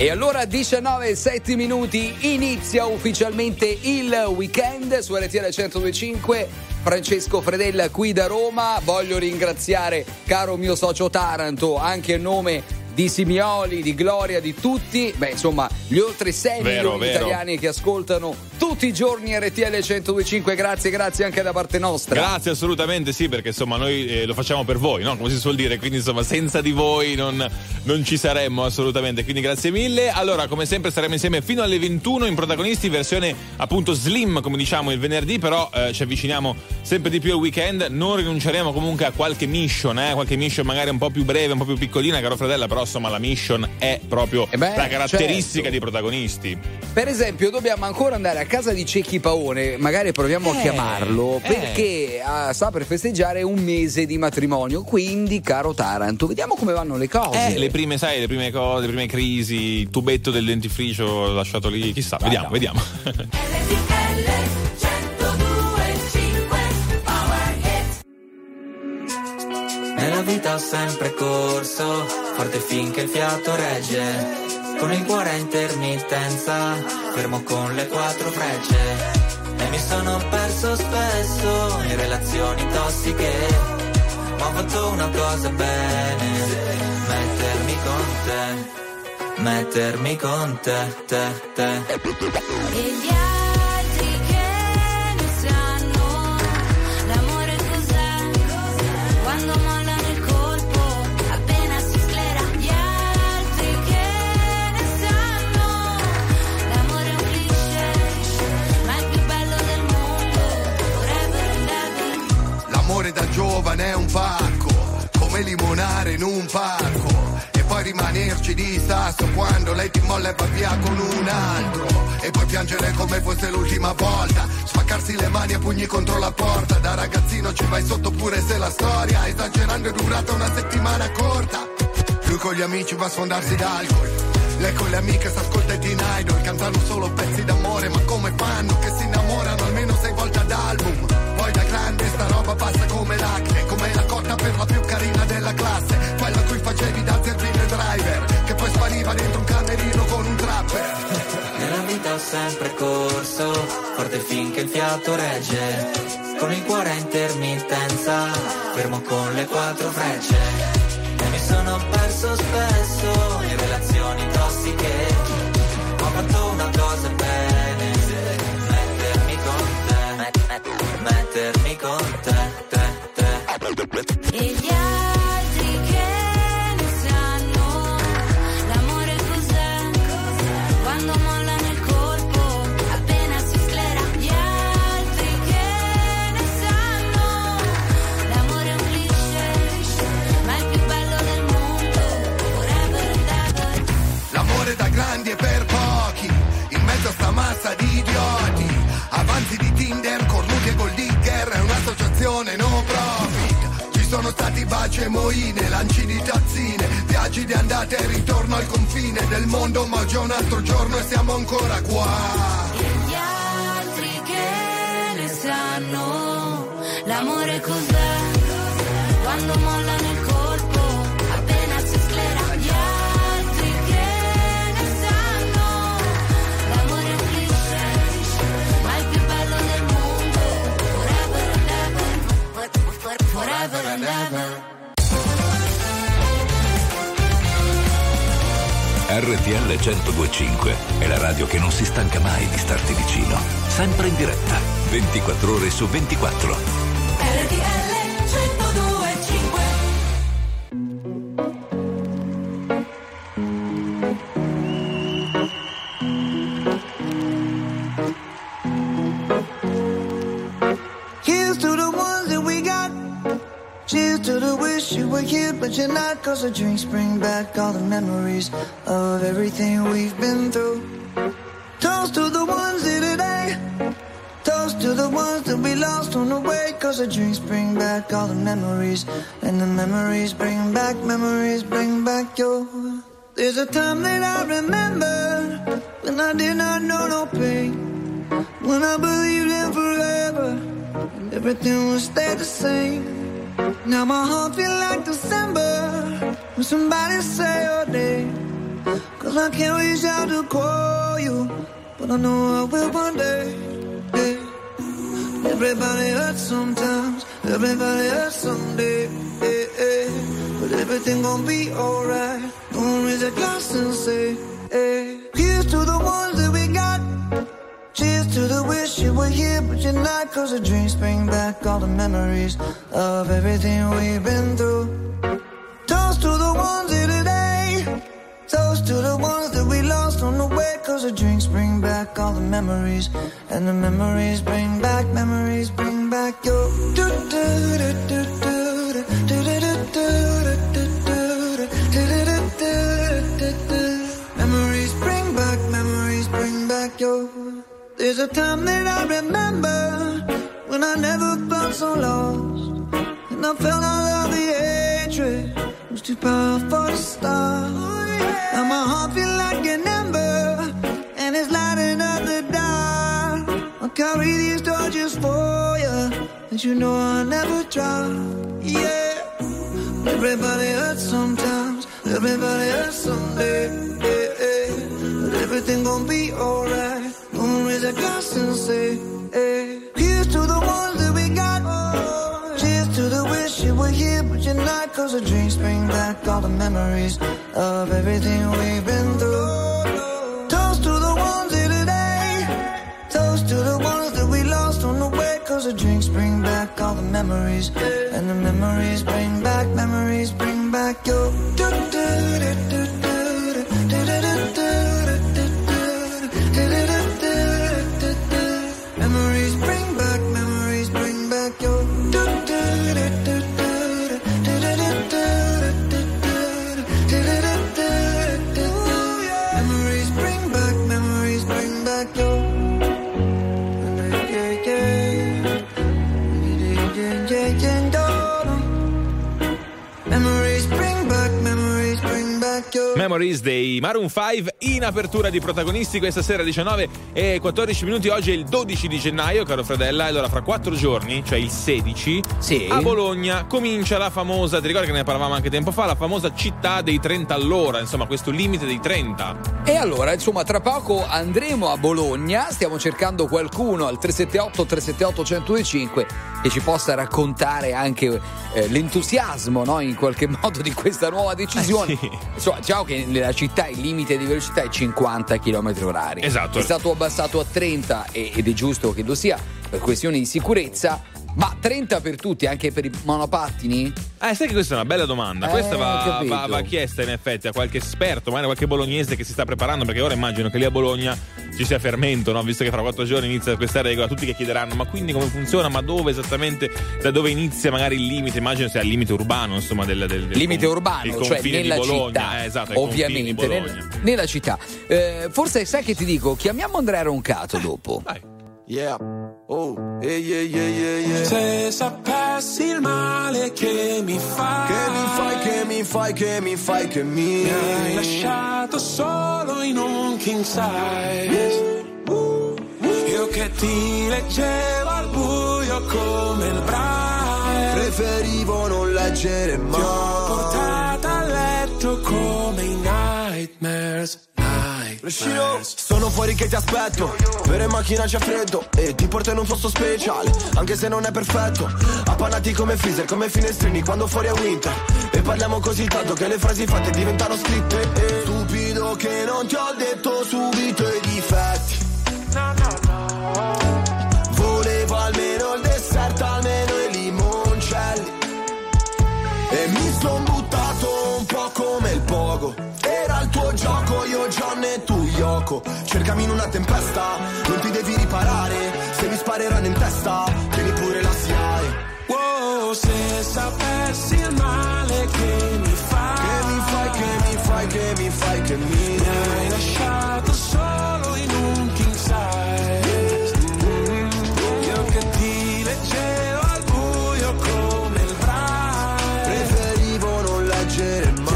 E allora 19:07 inizia ufficialmente il weekend su RTL 102.5. Francesco Fredella qui da Roma. Voglio ringraziare, caro mio socio Taranto, anche a nome di Simioli, di Gloria, di tutti, insomma, gli oltre 6 milioni di italiani che ascoltano tutti i giorni RTL 102.5. Grazie anche da parte nostra. Grazie, assolutamente sì, perché insomma noi lo facciamo per voi, no? Come si suol dire, quindi insomma senza di voi non ci saremmo assolutamente, quindi grazie mille. Allora, come sempre saremo insieme fino alle 21 in Protagonisti, versione appunto slim, come diciamo il venerdì, però ci avviciniamo sempre di più al weekend. Non rinunceremo comunque a qualche mission magari un po' più breve, un po' più piccolina, caro Fredella, però insomma la mission è proprio la caratteristica di Protagonisti. Per esempio dobbiamo ancora andare a casa di Cecchi Paone, magari proviamo a chiamarlo, perché sta per festeggiare un mese di matrimonio, quindi caro Taranto, vediamo come vanno le cose. Le prime cose, le prime crisi, il tubetto del dentifricio lasciato lì, chissà, vediamo. Nella vita ho sempre corso, forte finché il fiato regge, con il cuore a intermittenza, fermo con le 4 frecce. E mi sono perso spesso in relazioni tossiche, ma ho fatto una cosa bene, mettermi con te. E gli altri che ne sanno, l'amore cos'è, quando mollano il colpo, appena si sclera. Gli altri che ne sanno, l'amore è un cliché, ma è il più bello del mondo, forever and ever. L'amore da giovane è un parco, come limonare in un parco, e poi rimanerci di sasso quando lei ti molla e va via con un altro, e poi piangere come fosse l'ultima volta, spaccarsi le mani a pugni contro la porta. Da ragazzino ci vai sotto pure se la storia, esagerando, è durata una settimana corta. Lui con gli amici va a sfondarsi d'alcol, lei con le amiche s'ascolta i Teen Idol, cantano solo pezzi d'amore, ma come fanno che si innamorano almeno 6 volte ad album. Poi da grande sta roba passa come l'acne, come la cotta per la più carina della classe, quella a cui facevi da zerbino e driver, che poi spariva dentro un camerino con un trapper. Nella vita ho sempre corso, forte finché il fiato regge, con il cuore a intermittenza, fermo con le 4 frecce. E mi sono perso spesso in relazioni tossiche, ma ho fatto una cosa bene, mettermi con te. E gli altri che ne sanno, l'amore cos'è, quando mollano il colpo, appena si sclera. Gli altri che ne sanno, l'amore è un cliché, ma è il più bello del mondo, forever and ever. L'amore da grandi e per pochi, in mezzo a sta massa di idioti, avanzi di Tinder, cornuti e gold digger, è un'associazione no profit. Ci sono stati baci e moine, lanci di tazzine, viaggi di andata e ritorno al confine del mondo, ma oggi è un altro giorno e siamo ancora qua. E gli altri che ne sanno, l'amore cos'è, quando mollano il colpo, appena si sclera. Gli altri che ne sanno, l'amore è un cliché, ma è il più bello del mondo, forever and ever, forever and ever. RTL 102.5 è la radio che non si stanca mai di starti vicino, sempre in diretta, 24 ore su 24. RTL 102.5. Here's to the ones that we got. Cheers to the wish you were here, but you're not. 'Cause the drinks bring back all the memories of everything we've been through. Toast to the ones here today. Toast to the ones that we lost on the way. 'Cause the drinks bring back all the memories, and the memories bring back your. There's a time that I remember when I did not know no pain, when I believed in forever and everything would stay the same. Now my heart feels like December when somebody say your name. 'cause I can't reach out to call you, but I know I will one day. Yeah. Everybody hurts sometimes, everybody hurts someday. Yeah, yeah. But everything gon' be alright. Gonna raise a glass and say, hey. Here's to the ones that we got. Cheers to the wish you were here, but you're not. 'Cause the dreams bring back all the memories of everything we've been through. Toast to the ones here today. Toast to the ones that we lost on the way. 'Cause the drinks bring back all the memories, and the memories bring back your memories bring back your. There's a time that I remember when I never felt so lost, and I felt all of the hatred was too powerful to stop. Now my heart feel like an ember, and it's lighting up the dark. I'll carry these torches for you, and you know I'll never drop. Yeah, everybody hurts sometimes, everybody hurts someday. Yeah, yeah. But everything gon' be alright. Gonna raise a glass and say, hey. Here's to the ones that we got. Cheers to the wish you were here, but you're not. 'Cause the drinks bring back all the memories of everything we've been through. Toast to the ones here today. Toast to the ones that we lost on the way. 'Cause the drinks bring back all the memories, and the memories bring back your. Memories bring back your. Memories bring back your. Memories dei Maroon 5 in apertura di Protagonisti questa sera 19:14. Oggi è il 12 di gennaio, caro Fredella. Allora fra 4 giorni, cioè il 16, sì, a Bologna comincia la famosa, ti ricordi che ne parlavamo anche tempo fa, la famosa città dei 30 all'ora, insomma questo limite dei 30. E allora insomma tra poco andremo a Bologna, stiamo cercando qualcuno al 378-378-1025 che ci possa raccontare anche l'entusiasmo, no, in qualche modo di questa nuova decisione. Sì. Insomma, diciamo che nella città il limite di velocità è 50 km/h. Esatto. È stato abbassato a 30 ed è giusto che lo sia per questioni di sicurezza. Ma 30 per tutti, anche per i monopattini? Sai che questa è una bella domanda. Questa va chiesta in effetti a qualche esperto, magari qualche bolognese che si sta preparando, perché ora immagino che lì a Bologna ci sia fermento, no? Visto che fra 4 giorni inizia questa regola, tutti che chiederanno ma quindi come funziona, ma dove esattamente, da dove inizia magari il limite, immagino sia il limite urbano, insomma del limite urbano, cioè nella città, esatto, ovviamente nella città. Forse sai che ti dico, chiamiamo Andrea Roncato dopo. Dai. Yeah, oh, yeah. Se sapessi il male che mi fai, che mi hai lasciato solo in un king size. Io che ti leggevo al buio come il Braille, preferivo non leggere mai. Ti ho portata a letto come i nightmares. Sono fuori che ti aspetto, per in macchina c'è freddo e ti porto in un posto speciale, anche se non è perfetto. Appannati come freezer, come finestrini quando fuori è winter, e parliamo così tanto che le frasi fatte diventano scritte. Stupido che non ti ho detto subito i difetti. No. Volevo almeno il dessert, almeno i limoncelli, e mi son buttato un po' come il pogo. Era il tuo gioco, io John e tu Yoko. Cercami in una tempesta, non ti devi riparare. Se mi spareranno in testa, tieni pure la SIAE. Wow, se sapessi il male che mi fai, che mi hai lasciato solo in un king size. Io che ti leggevo al buio come il Braille, preferivo non leggere mai.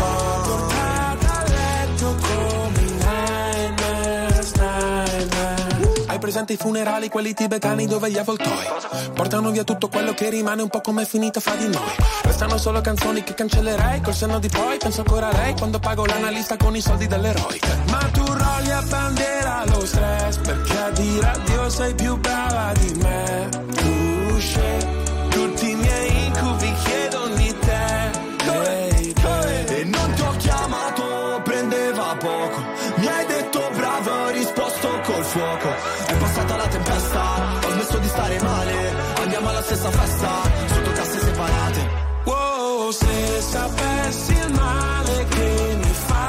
durante i funerali, quelli tibetani dove gli avvoltoi portano via tutto quello che rimane, un po' come è finita fra di noi. Restano solo canzoni che cancellerei, col senno di poi penso ancora a lei quando pago l'analista con i soldi dell'eroe. Ma tu rolli a bandiera lo stress, perché a dire addio sei più brava di me. Tu scegli tutti i miei incubi, chiedono di te. E non ti ho chiamato, prendeva poco. Mi hai detto bravo, ho risposto col fuoco. È passata la tempesta, ho smesso di stare male. Andiamo alla stessa festa, sotto casse separate. Wow, se sapessi il male che mi fai,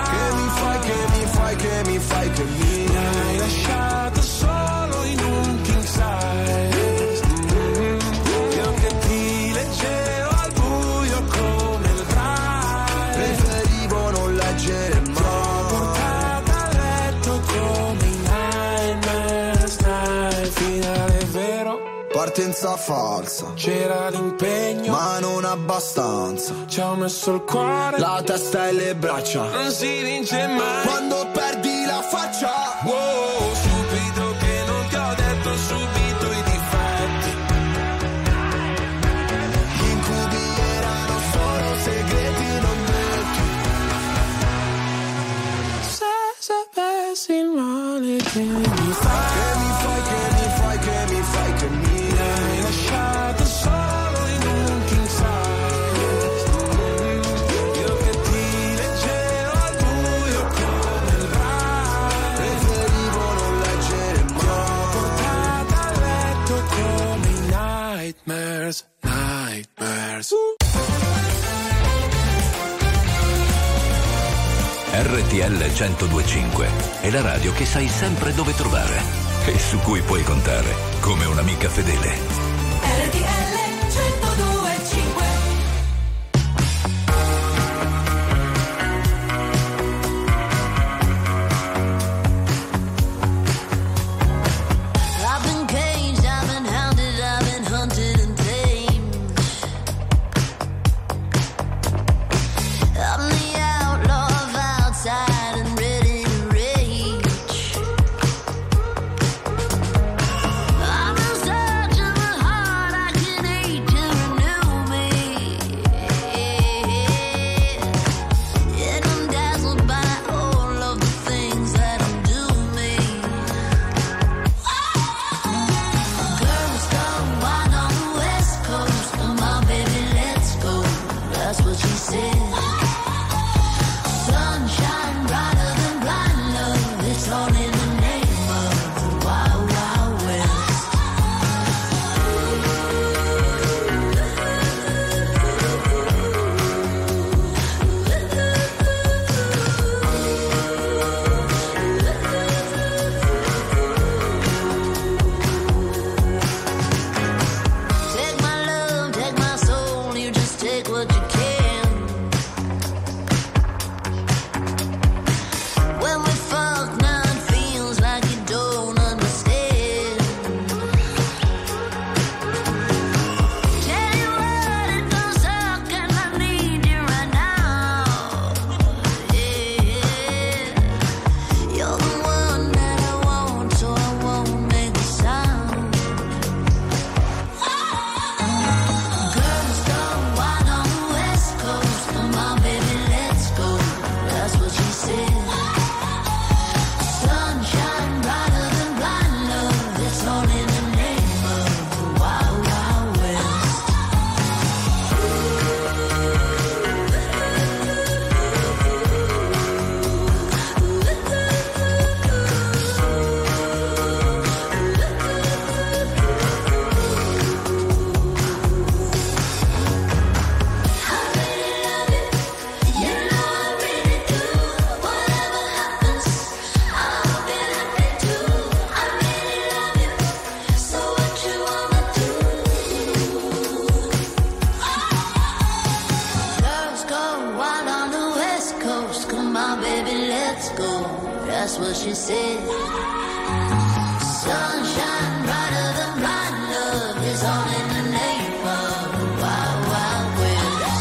che mi hai lasciato solo in un king size. Io che ti leggevo al buio come il braille, preferivo non leggere mai. T'ho portata a letto come i Nightmares Night. Finale vero, partenza falsa, c'era l'impegno ma non abbastanza. Ci ho messo il cuore, la testa e le braccia, non si vince mai quando perdi la faccia. Wow, stupido che non ti ho detto subito i difetti. Gli incubi erano solo segreti non detti. Se sapessi il male che mi fai, che mi hai lasciato solo in un king size. Io che ti leggevo al buio come il braille, preferivo non leggere mai. ti ho portata a letto come i Nightmares. RTL 102.5 è la radio che sai sempre dove trovare e su cui puoi contare come un'amica fedele. RTL 102.5. I've been caged, I've been hounded, I've been hunted and tamed. I'm the outlaw of outside and ready to rage. I'm in search of a heart I can hate to renew me. And I'm dazzled by all of the things that undo me. Girls gone wild on the West Coast. Come on, baby, let's go. That's what she said. Sunshine brighter than blind love. It's all in the name of the Wild Wild West. Take my love, take my soul. You just take what you can. When we fuck now it feels like you don't understand. Tell you what, it don't suck and I need you right now. Yeah. You're the one that I want, so I won't make a sound. Girls gone wild on the West Coast. Come on, baby, let's go. That's what she said. Sunshine brighter than blind love. It's all in the name of the Wild Wild West. I really love you. You know I really do. Whatever happens, I'll be happy too. I really love you. So what you wanna do? Girls go wild on the West Coast. Come on, baby, let's go. That's what she said. Sunshine brighter than blind love is all in the name of the Wild Wild West.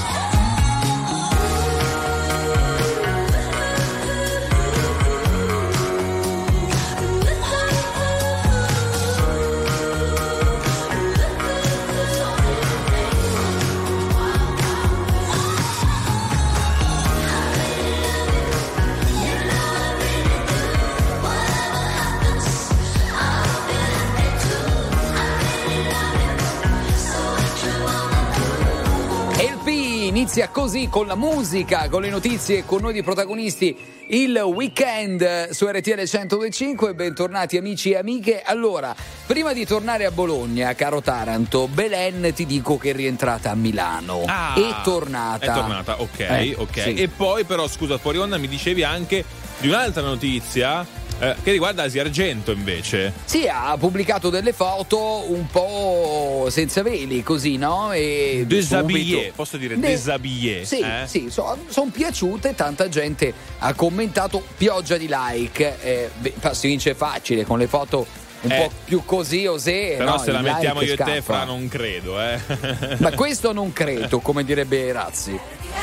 inizia così con la musica, con le notizie e con noi di protagonisti il weekend su RTL 102.5. Bentornati amici e amiche. Allora, prima di tornare a Bologna, caro Taranto, Belen ti dico che è rientrata a Milano. È tornata, ok. Sì. E poi però, scusa, fuori onda mi dicevi anche di un'altra notizia che riguarda Asia Argento invece. Sì, ha pubblicato delle foto un po' senza veli, così, no? E Déshabillé, posso dire déshabillé? Sì, sono piaciute, tanta gente ha commentato, pioggia di like, si vince facile con le foto un po' più così, osè. Però no, se la mettiamo io e te, scappa. Fra, non credo, Ma questo non credo, come direbbe Razzi.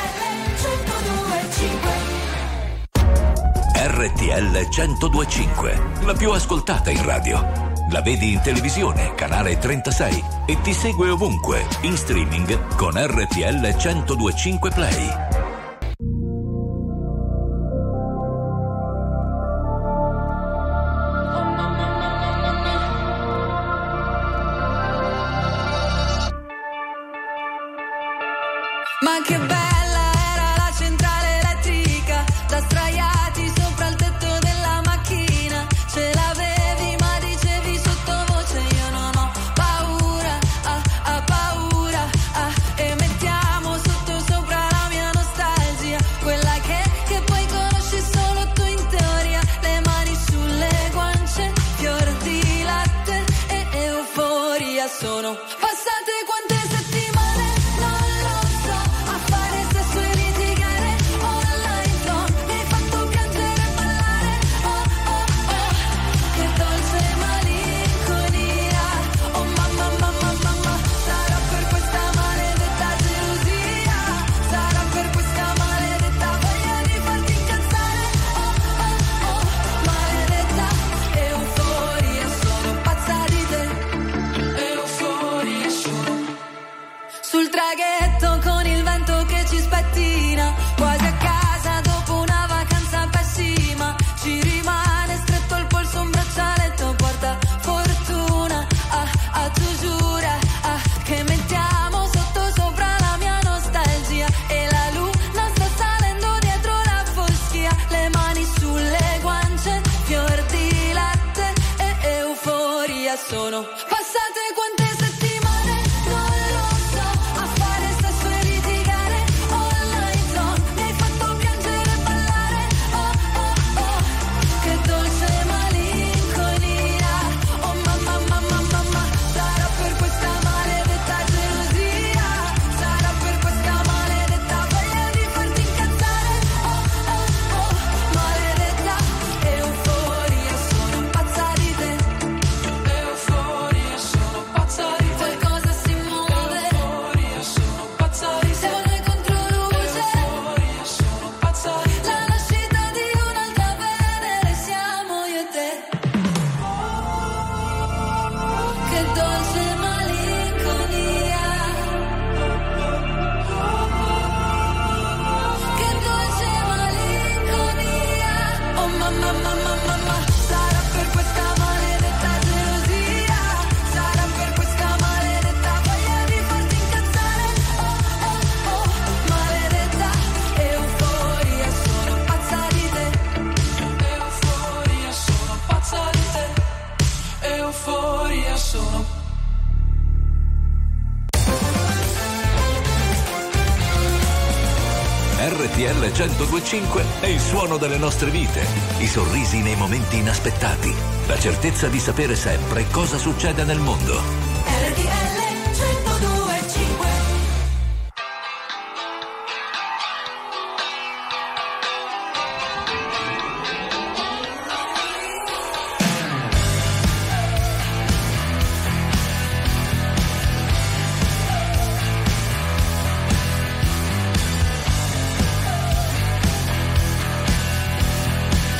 RTL 102.5, la più ascoltata in radio. La vedi in televisione, canale 36 e ti segue ovunque, in streaming con RTL 102.5 Play. Ma che bella era la centrale elettrica, da sdraiati sopra il tetto della macchina. Ce l'avevi ma dicevi sottovoce io non ho paura, paura, e mettiamo sotto sopra la mia nostalgia, quella che poi conosci solo tu in teoria. Le mani sulle guance, fior di latte e euforia. Sono passate quante settimane, non lo so, a fare sesso e litigare online zone. Mi hai fatto piangere e ballare, oh oh oh, che dolce malinconia. Oh mamma, mamma, mamma, sarà per questa maledetta gelosia, sarà per questa maledetta voglia di farti incazzare, oh oh oh, maledetta euforia. Sono pazza di te, euforia sono. Sul traghetto con il vento che ci spettina, quasi a casa dopo una vacanza pessima. Ci rimane stretto il polso, un braccialetto porta fortuna. Tu giura che mettiamo sotto sopra la mia nostalgia, e la luna sta salendo dietro la foschia. Le mani sulle guance, fior di latte e euforia. Sono passate quante settimane, non lo so, a fare sesso e litigare online zone. Mi hai fatto piangere e ballare, oh oh oh, che dolce malinconia. Oh mamma, mamma, mamma, sarà per questa maledetta gelosia, sarà per questa maledetta voglia di farti incazzare, oh oh oh, maledetta euforia. Sono pazza di te, euforia, sono pazza di te. Qualcosa si muove, euforia, sono pazza di te. Sole contro luce, euforia, sono pazza di te. La nascita di un'altra Venere siamo io e te. Che dolce malinconia, che dolce malinconia. Oh mamma, mamma, mamma, sarà per questa maledetta gelosia, sarà per questa maledetta voglia di farti incazzare, oh oh oh, maledetta euforia. Sono pazza di te, euforia, sono pazza di te, euforia sono. RTL 102.5 è il suono delle nostre vite, i sorrisi nei momenti inaspettati, la certezza di sapere sempre cosa succede nel mondo. RTL 102.5.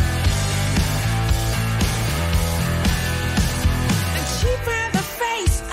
Cheaper the face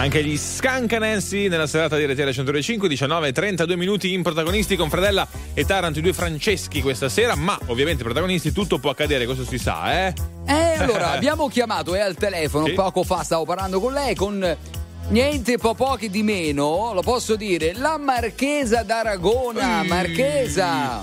Anche gli Scancanensi nella serata di RTL 102.5, 19:32 minuti in protagonisti con Fredella e Taranto, i due Franceschi questa sera, ma ovviamente protagonisti tutto può accadere, questo si sa, allora abbiamo chiamato al telefono, sì. Poco fa stavo parlando con lei, con niente pochi di meno, lo posso dire, la Marchesa d'Aragona. Marchesa,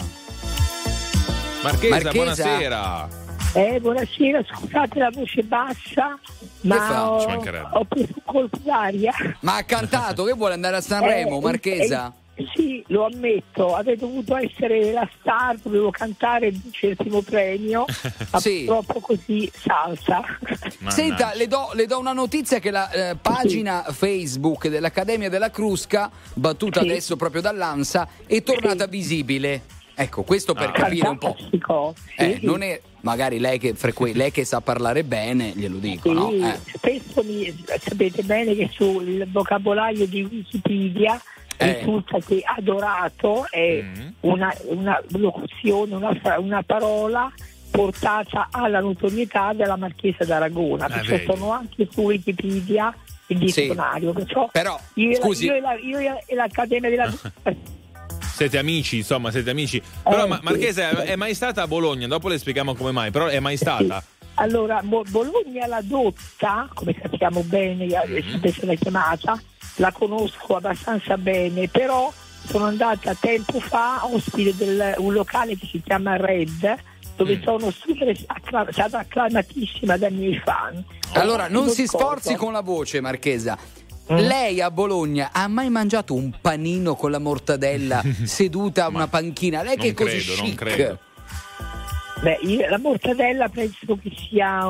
buonasera. Buonasera, scusate la voce bassa, ma ho preso un colpo d'aria. Ma ha cantato, che vuole andare a Sanremo, Marchesa? Sì, lo ammetto, avrei dovuto essere la star, dovevo cantare e vincere il primo premio, ma sì. purtroppo così salsa. Senta, le do una notizia che la pagina Facebook dell'Accademia della Crusca, battuta adesso proprio dall'ANSA, è tornata visibile. Ecco, questo per capire un po'. Non è magari lei che sa parlare bene, glielo dico, sì, no? Spesso sapete bene che sul vocabolario di Wikipedia risulta che adorato è una locuzione, una parola portata alla notorietà della Marchesa d'Aragona, perché sono anche su Wikipedia il dizionario, perciò però, io scusi, io e l'Accademia della Siete amici. Però Marchesa è mai stata a Bologna? Dopo le spieghiamo come mai, però è mai stata? Sì. Allora, Bologna la Dotta, come sappiamo bene, adesso l'ha chiamata, la conosco abbastanza bene, però sono andata tempo fa ospite di un locale che si chiama Red, dove sono stata acclamatissima dai miei fan. Allora, non si sforzi con la voce, Marchesa. Lei a Bologna ha mai mangiato un panino con la mortadella seduta a una panchina? Lei che è così chic? Non credo. La mortadella penso che sia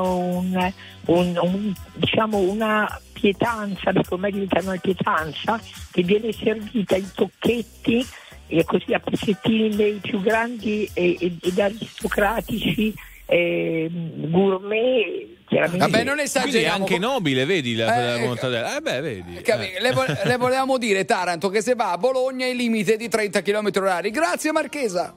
diciamo una pietanza, perché ormai diventa una pietanza, che viene servita in tocchetti e così a pezzettini dei più grandi ed aristocratici gourmet. Vabbè, non esageriamo. Quindi è anche nobile, vedi la mortadella. Vedi. Le volevamo dire, Taranto, che se va a Bologna il limite di 30 km/h. Grazie, Marchesa.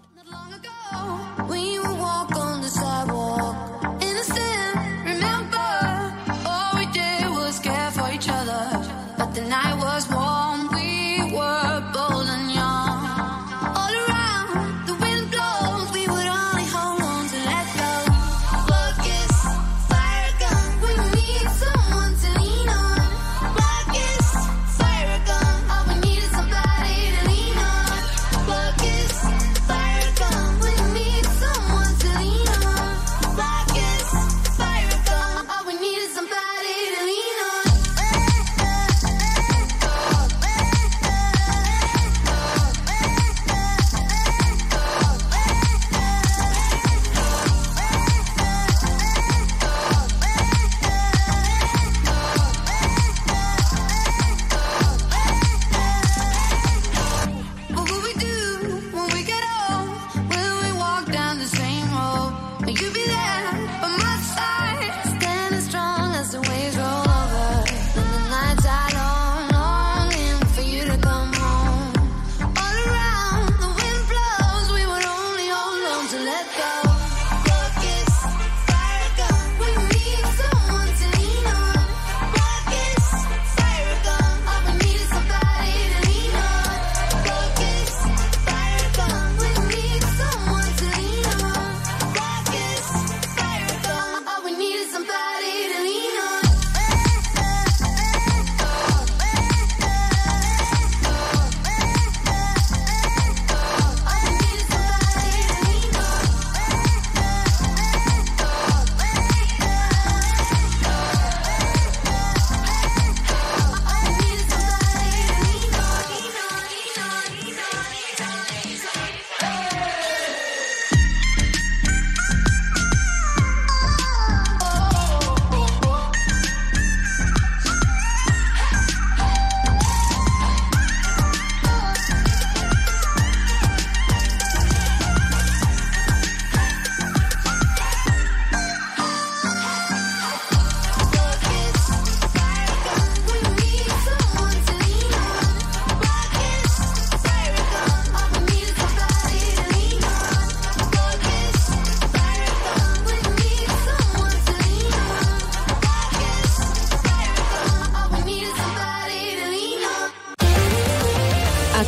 Fire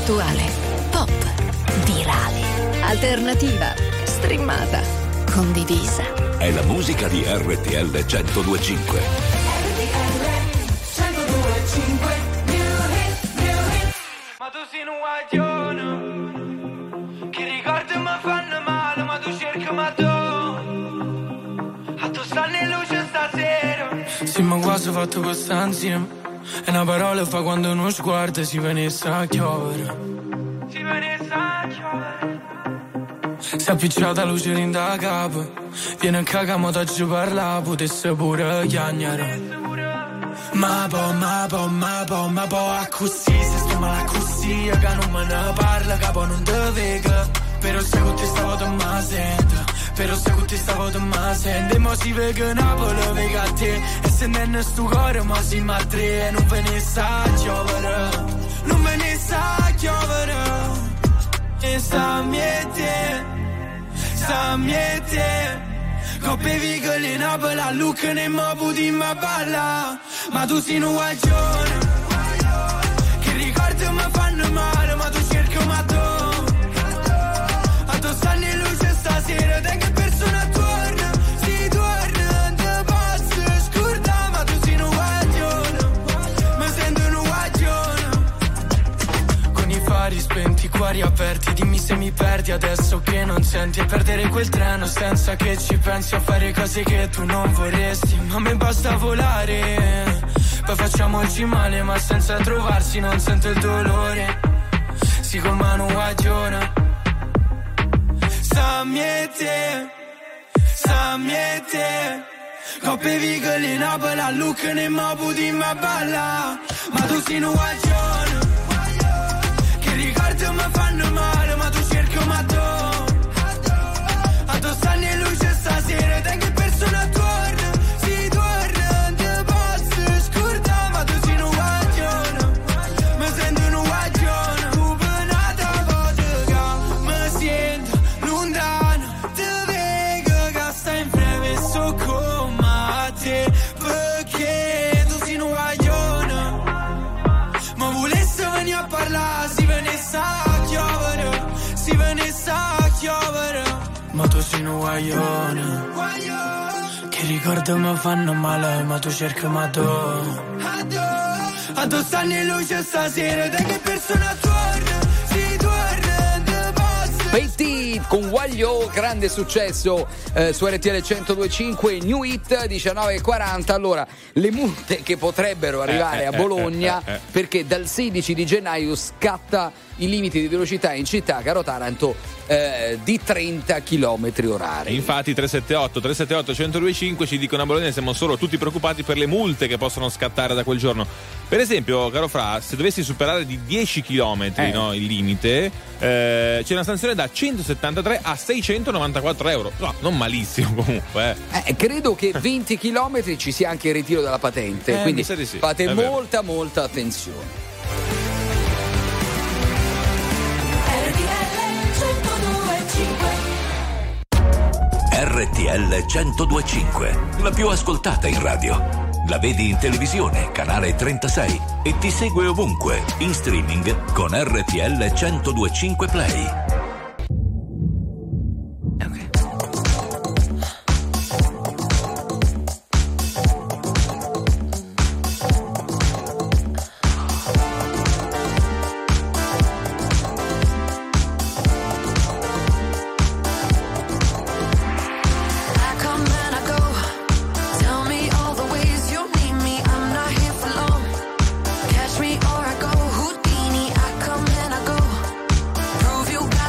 attuale, pop, virale, alternativa, streamata, condivisa. È la musica di RTL 102.5. Ma tu sei un guaglione, che ricordi mi fanno male, ma tu cerchi ma tu, a tu stanno in luce stasera. Sì, ma quasi fatto questa insieme, e una parola fa quando uno sguardo si venisse a chiovere. Si venisse a chiovere. Si è appicciata luce in da capo, viene a cagamo da giù parla, potesse pure chiagnare. Ma po, a così, se sto male a così, che non me ne parla, capo non te vega. Però se con te stavo te ma sento, però se con te stavo te ma sento. E mo si vega Napoli, vega a te, e se non sto cuore, ma si ma tre, e non ve ne sa chiovere, non ve ne sa chiovere. E sta miete, coppe vigole in Napoli, a Lucca ne mo puti ma balla. Ma tu sei un guaglione, che ricordi mi fanno male, ma tu cerchi ma tu, a tu stanno in luce stasera, te che persona torna, si torna, te posso scordare, ma tu sei un guaglione, mi sento un guaglione. Con i fari spenti, i cuori aperti, dimmi se mi perdi adesso che non senti, e perdere quel treno senza che ci pensi, a fare cose che tu non vorresti, ma a me basta volare. Poi facciamoci male ma senza trovarsi, non sento il dolore, si con mano guaglione. Sta miete, coppe vigole in Napoli, a Lucca ne mo puti ma balla. Ma tu sei un guaglione, che ricordi mi fanno male, ma tu cerchi ma tu, a tu stanno in luce stasera, te che persona torna, si torna, te posso scordare, ma tu sei un guaglione, mi sento un guaglione. Tu penata vodka, mi sento lontano, te vedo che stai in breve, so come te, perché tu sei un guaglione, ma volesse venire a parlare, si venisse a chiovere, si venisse a chiovere. Ma tu sei un guaglione, che ricordi mi fanno male, ma tu cerchi ma tu, a tu stanno in luce stasera, te che persona torna, si torna, te posso. Petit con Guaglio, grande successo su RTL 102.5, New Hit 19:40. Allora, le multe che potrebbero arrivare a Bologna, perché dal 16 di gennaio scatta i limiti di velocità in città, caro Taranto, di 30 km orari. Infatti 378 102.5 ci dicono a Bologna, siamo solo tutti preoccupati per le multe che possono scattare da quel giorno. Per esempio, caro Fra, se dovessi superare di 10 km no, il limite, c'è una sanzione da 173 a 694 euro. No, non malissimo comunque. Credo che 20 km ci sia anche il ritiro della patente, quindi sì, fate molta attenzione. RTL 102.5, la più ascoltata in radio. La vedi in televisione, canale 36, e ti segue ovunque, in streaming con RTL 102.5 Play. Catch me or I go Houdini, I come and I go. Prove you got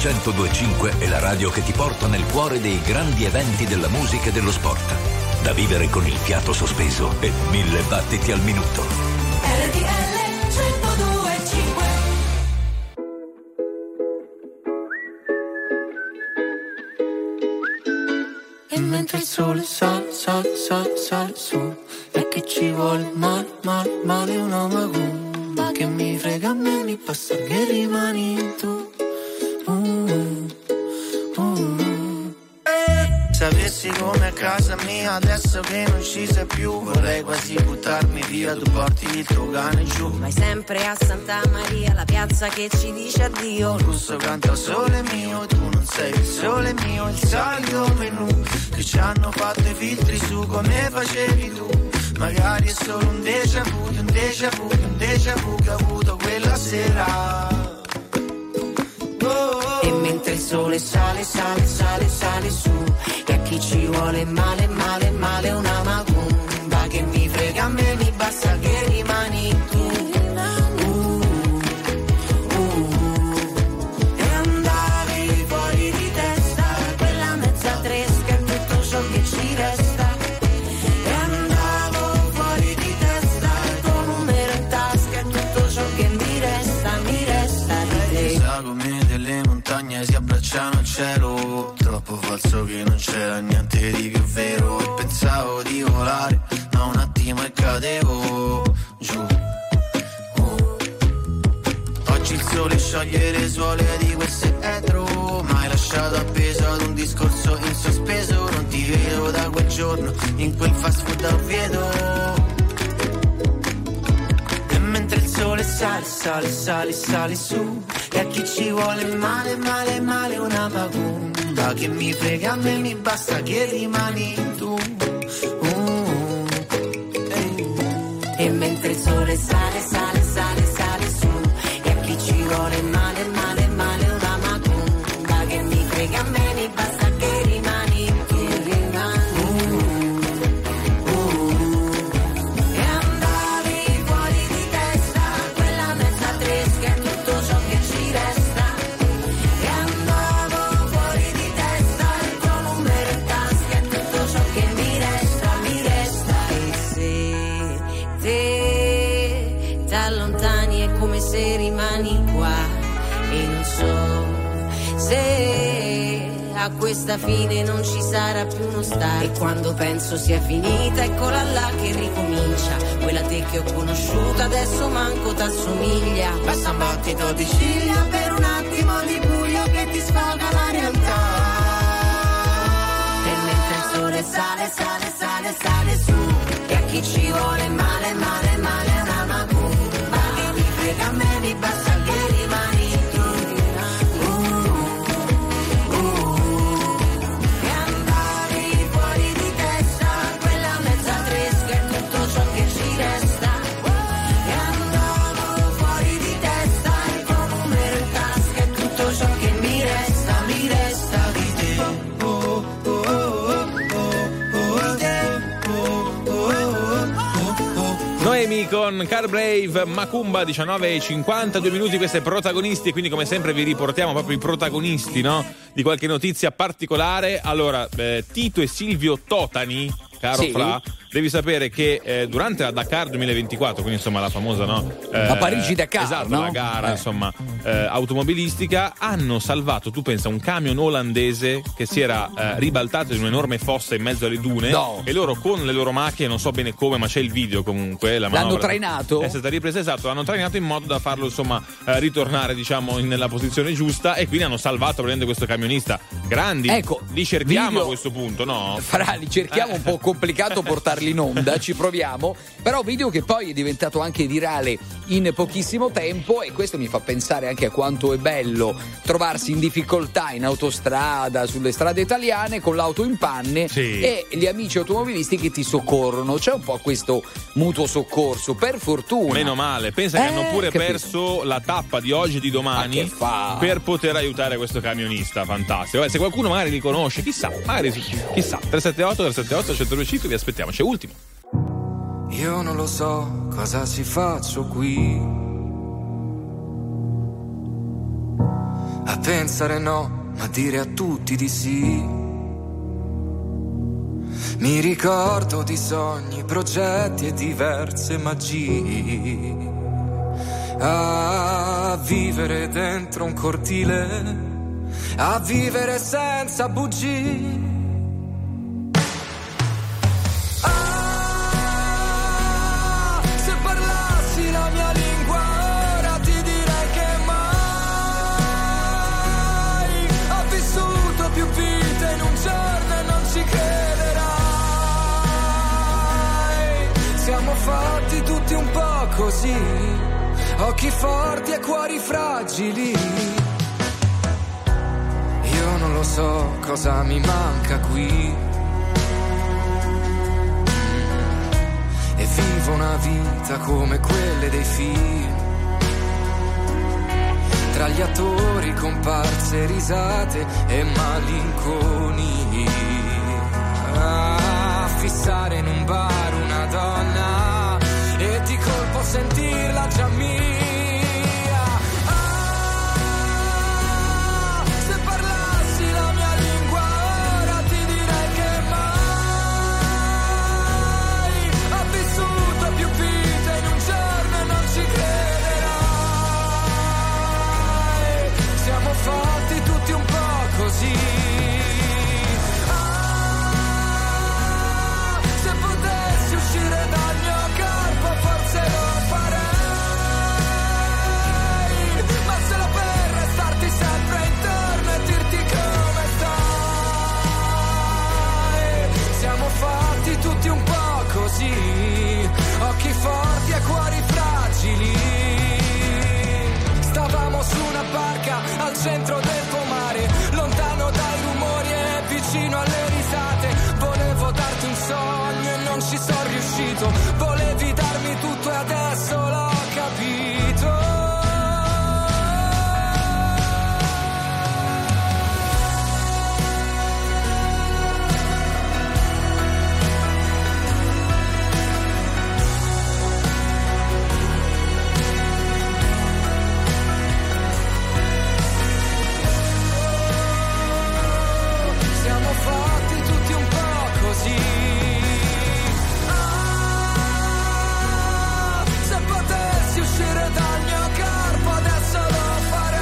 102.5 è la radio che ti porta nel cuore dei grandi eventi della musica e dello sport. Da vivere con il fiato sospeso e 1000 battiti al minuto. RTL 102.5. E mentre il sole sale, sale, sale, sale su, e che ci vuole male, male, male una macumba, che mi frega a me, mi basta che rimani tu. Sapessi come a casa mia adesso che non ci sei più, vorrei quasi buttarmi via, tu porti il tuo cane giù. Vai sempre a Santa Maria, la piazza che ci dice addio. Il russo canta sole mio, tu non sei il sole mio, il solito menù che ci hanno fatto i filtri su come facevi tu. Magari è solo un déjà vu, un déjà vu, un déjà vu che ho avuto quella sera. E mentre il sole sale, sale, sale, sale su, e a chi ci vuole male, male, male una macumba, che mi frega a me, mi basta che rimani tu. E andavi fuori di testa, quella mezza tresca è tutto ciò che ci resta. E andavo fuori di testa, il tuo numero in tasca è tutto ciò che mi resta di te. Sagome delle montagne si abbracciano al cielo, troppo falso che non c'era niente di più vero. E pensavo di volare, ma un attimo e cadevo giù. Oggi il sole scioglie le suole di quel setro, ma hai lasciato appeso ad un discorso in sospeso. Non ti vedo da quel giorno in quel fast food a Oviedo. Mentre il sole sale, sale, sale, sale su, e a chi ci vuole male, male, male una macumba, che mi frega a me, mi basta che rimani tu. E mentre il sole sale, sale, sale, sale su, e a chi ci vuole male, male, male una macumba, che mi frega a me, mi basta che rimani tu. Se rimani qua e non so se a questa fine non ci sarà più uno start. E quando penso sia finita, eccola là che ricomincia, quella te che ho conosciuto adesso manco t'assomiglia. Basta un battito di ciglia per un attimo di buio che ti sfoga la realtà. E mentre il sole sale, sale, sale, sale su, e a chi ci vuole male, male, male una macumba, che mi frega a me, mi basta che rimani tu. E andavi fuori di testa, quella mezza tresca è tutto ciò che ci resta. E andavo fuori di testa, il tuo numero in tasca è tutto ciò che mi resta di te. Noemi con Car Brave, Macumba, 19:50, 2 minuti, queste protagonisti, e quindi come sempre vi riportiamo proprio i protagonisti, no? Di qualche notizia particolare. Allora, Tito e Silvio Totani, caro sì. Fra, devi sapere che durante la Dakar 2024, quindi insomma la famosa, no? La Parigi-Dakar, esatto, no? la gara insomma automobilistica, hanno salvato, tu pensa, un camion olandese che si era ribaltato in un'enorme fossa in mezzo alle dune, no. E loro con le loro macchine, non so bene come, ma c'è il video comunque, la manovra l'hanno trainato? è stata ripresa, esatto, l'hanno trainato in modo da farlo insomma ritornare diciamo nella posizione giusta, e quindi hanno salvato praticamente questo camionista. Grandi, ecco, li cerchiamo video, a questo punto, no? Fra, li cerchiamo, un po' complicato portarli in onda, ci proviamo, però video che poi è diventato anche virale in pochissimo tempo, e questo mi fa pensare anche a quanto è bello trovarsi in difficoltà in autostrada, sulle strade italiane, con l'auto in panne, sì. E gli amici automobilisti che ti soccorrono. C'è un po' questo mutuo soccorso, per fortuna. Meno male, pensa che hanno pure perso la tappa di oggi e di domani per poter aiutare questo camionista, fantastico. Vabbè, se qualcuno magari li conosce, chissà, 378-378-1025, vi aspettiamo, c'è ultimo. Io non lo so cosa ci faccio qui, a pensare no, ma dire a tutti di sì. Mi ricordo di sogni, progetti e diverse magie. A vivere dentro un cortile, a vivere senza bugie. Ah, se parlassi la mia lingua ora ti direi che mai ho vissuto più vite in un giorno e non ci crederai. Siamo fatti tutti un po' così, occhi forti e cuori fragili. Io non lo so cosa mi manca qui, e vivo una vita come quelle dei film, tra gli attori, comparse, risate e malinconia. Fissare in un bar una donna e di colpo sentirla già mia. Ah, se parlassi la mia lingua ora ti direi che mai ho vissuto più vite in un giorno e non ci crederai. Siamo fatti tutti un po' così. Uscire dal mio corpo forse lo farei, ma solo per restarti sempre intorno e dirti come stai. Siamo fatti tutti un po' così, occhi forti e cuori fragili. Stavamo su una barca al centro del pomare, lontano dai rumori e vicino alle risate. Volevo darti un sogno e non ci sono riuscito, volevi darmi tutto e adesso l'ho capito. Siamo fatti tutti un po' così. Se potessi uscire dal mio corpo adesso lo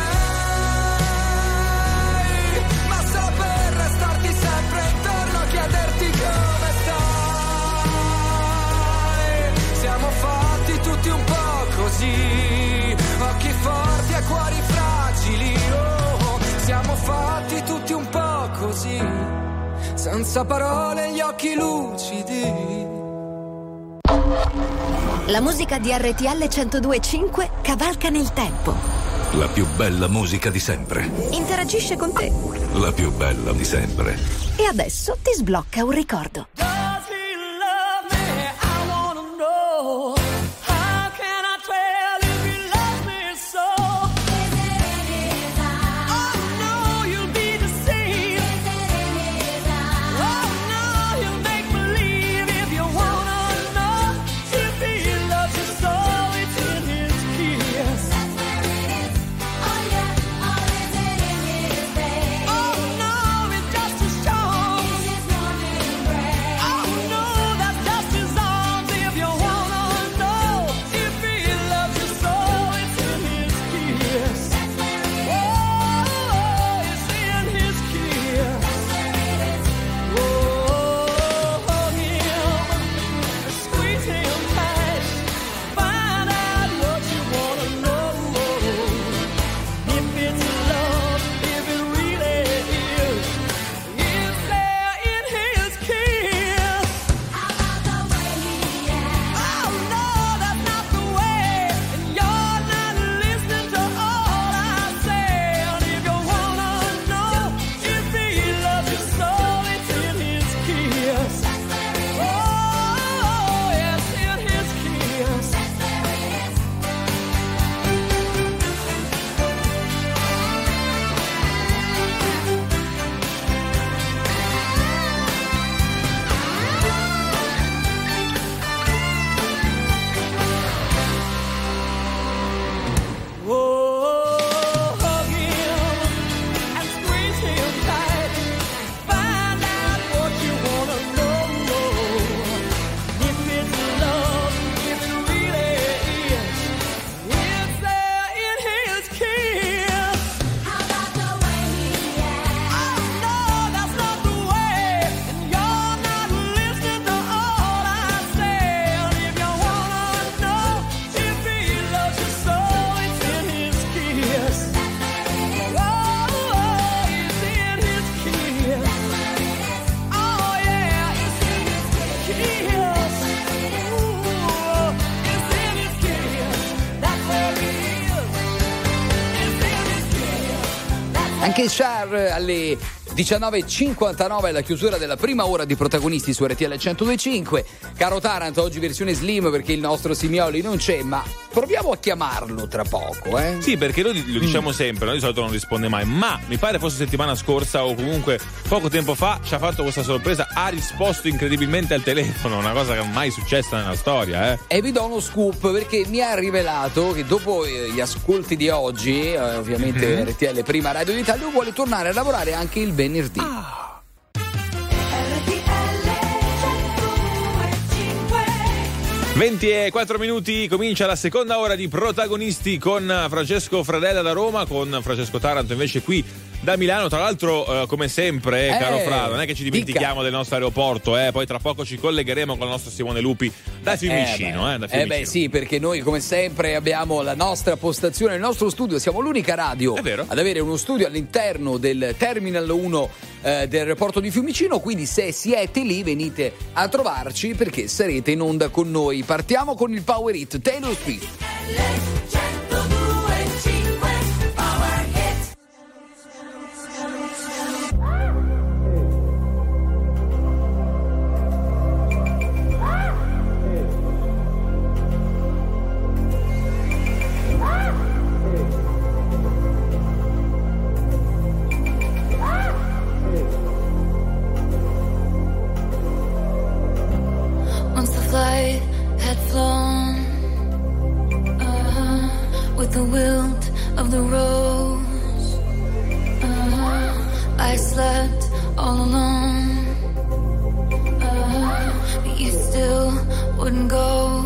farei, ma solo per restarti sempre intorno a chiederti come stai. Siamo fatti tutti un po' così, occhi forti e cuori fragili. Oh, siamo fatti tutti un po' così, senza parole e gli occhi lucidi. La musica di RTL 102.5 cavalca nel tempo. La più bella musica di sempre. Interagisce con te. La più bella di sempre. E adesso ti sblocca un ricordo. Anche Char alle 19.59 la chiusura della prima ora di Protagonisti su RTL 102.5. Caro Taranto, oggi versione slim perché il nostro Simioli non c'è, ma proviamo a chiamarlo tra poco, eh? Sì, perché noi lo diciamo sempre, no? Di solito non risponde mai, ma mi pare fosse settimana scorsa o comunque poco tempo fa ci ha fatto questa sorpresa, ha risposto incredibilmente al telefono, una cosa che non è mai successa nella storia, eh? E vi do uno scoop perché mi ha rivelato che dopo gli ascolti di oggi, ovviamente RTL prima Radio d'Italia, vuole tornare a lavorare anche il venerdì. 24 minuti, comincia la seconda ora di Protagonisti con Francesco Fradella da Roma, con Francesco Taranto invece qui da Milano. Tra l'altro, come sempre, caro Fra, non è che ci dimentichiamo del nostro aeroporto, poi tra poco ci collegheremo con il nostro Simone Lupi da Fiumicino. Da Fiumicino. Beh sì, perché noi come sempre abbiamo la nostra postazione, il nostro studio, siamo l'unica radio ad avere uno studio all'interno del Terminal 1 del aeroporto di Fiumicino, quindi se siete lì venite a trovarci perché sarete in onda con noi. Partiamo con il Power Hit Taylor Swift. The wilt of the rose. I slept all alone. But you still wouldn't go.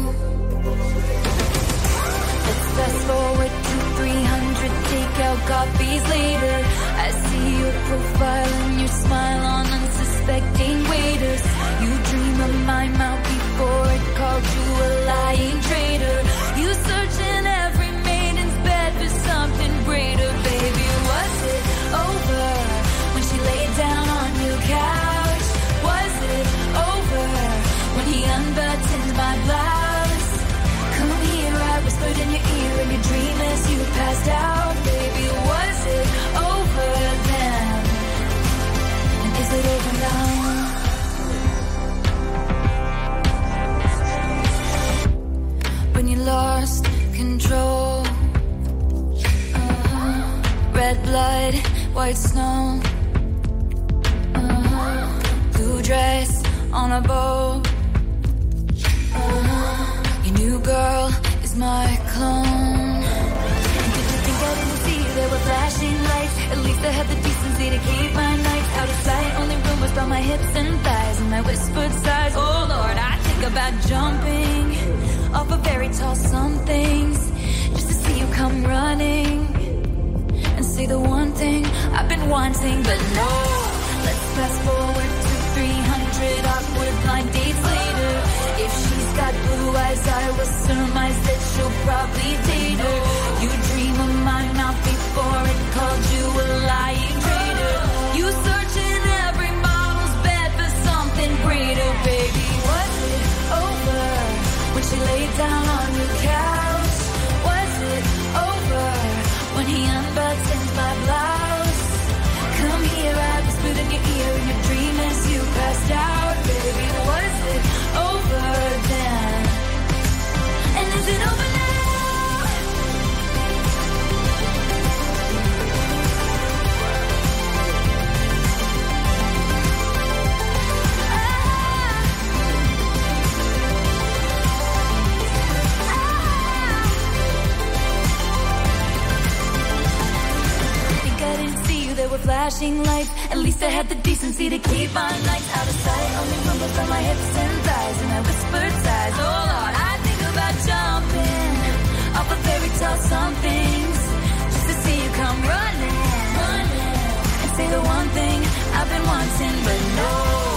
Let's fast forward to 300 takeout copies later. I see your profile and your smile on unsuspecting waiters. You dream of my mouth before it called you a lying traitor. You search in every for something greater, baby. Was it over when she laid down on your couch? Was it over when he unbuttoned my blouse? Come here, I whispered in your ear in your dream as you passed out, baby. Was it over then? And is it over now? When you lost control. Red blood, white snow. Blue dress on a bow. Your new girl is my clone. Did you think I didn't see you? There were flashing lights. At least I had the decency to keep my nights out of sight. Only rumors about my hips and thighs and my whispered sighs. Oh Lord, I think about jumping off a very tall somethings just to see you come running. Say the one thing I've been wanting, but no. Let's fast forward to 300 awkward blind dates later. If she's got blue eyes, I will surmise that she'll probably date her. You dream of my mouth before it called you a lying traitor. You search in every model's bed for something greater, baby. Was it over when she laid down on your couch? Was it over when he unbuttoned my blouse? Come here, I whispered in your ear in your dream as you passed out, baby. Was it over then? And is it over now? There were flashing lights. At least I had the decency to keep my nights out of sight. Only rumbles from my hips and thighs and my whispered sighs. Oh Lord, I think about jumping off a fairy tale somethings just to see you come running and say the one thing I've been wanting, but no.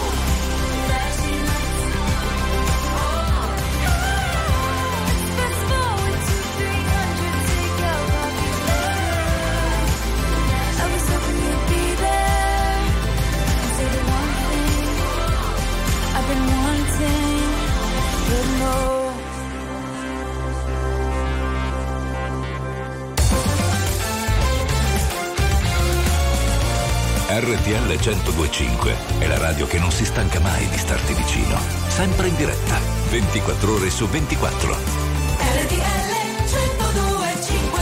RTL 102.5 è la radio che non si stanca mai di starti vicino. Sempre in diretta, 24 ore su 24. RTL 102.5.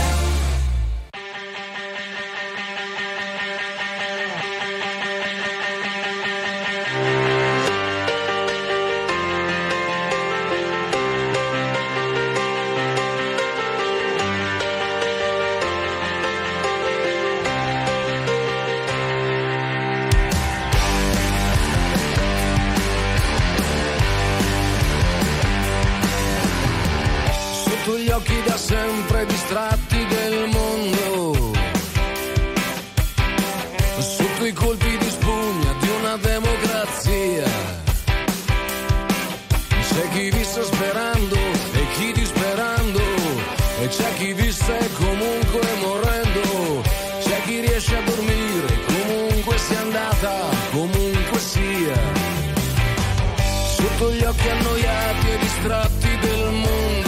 Gli occhi da sempre distratti del mondo, sotto i colpi di spugna di una democrazia. C'è chi visse sperando e chi disperando, e c'è chi visse comunque morendo. C'è chi riesce a dormire comunque sia andata, comunque sia. Sotto gli occhi annoiati e distratti del mondo,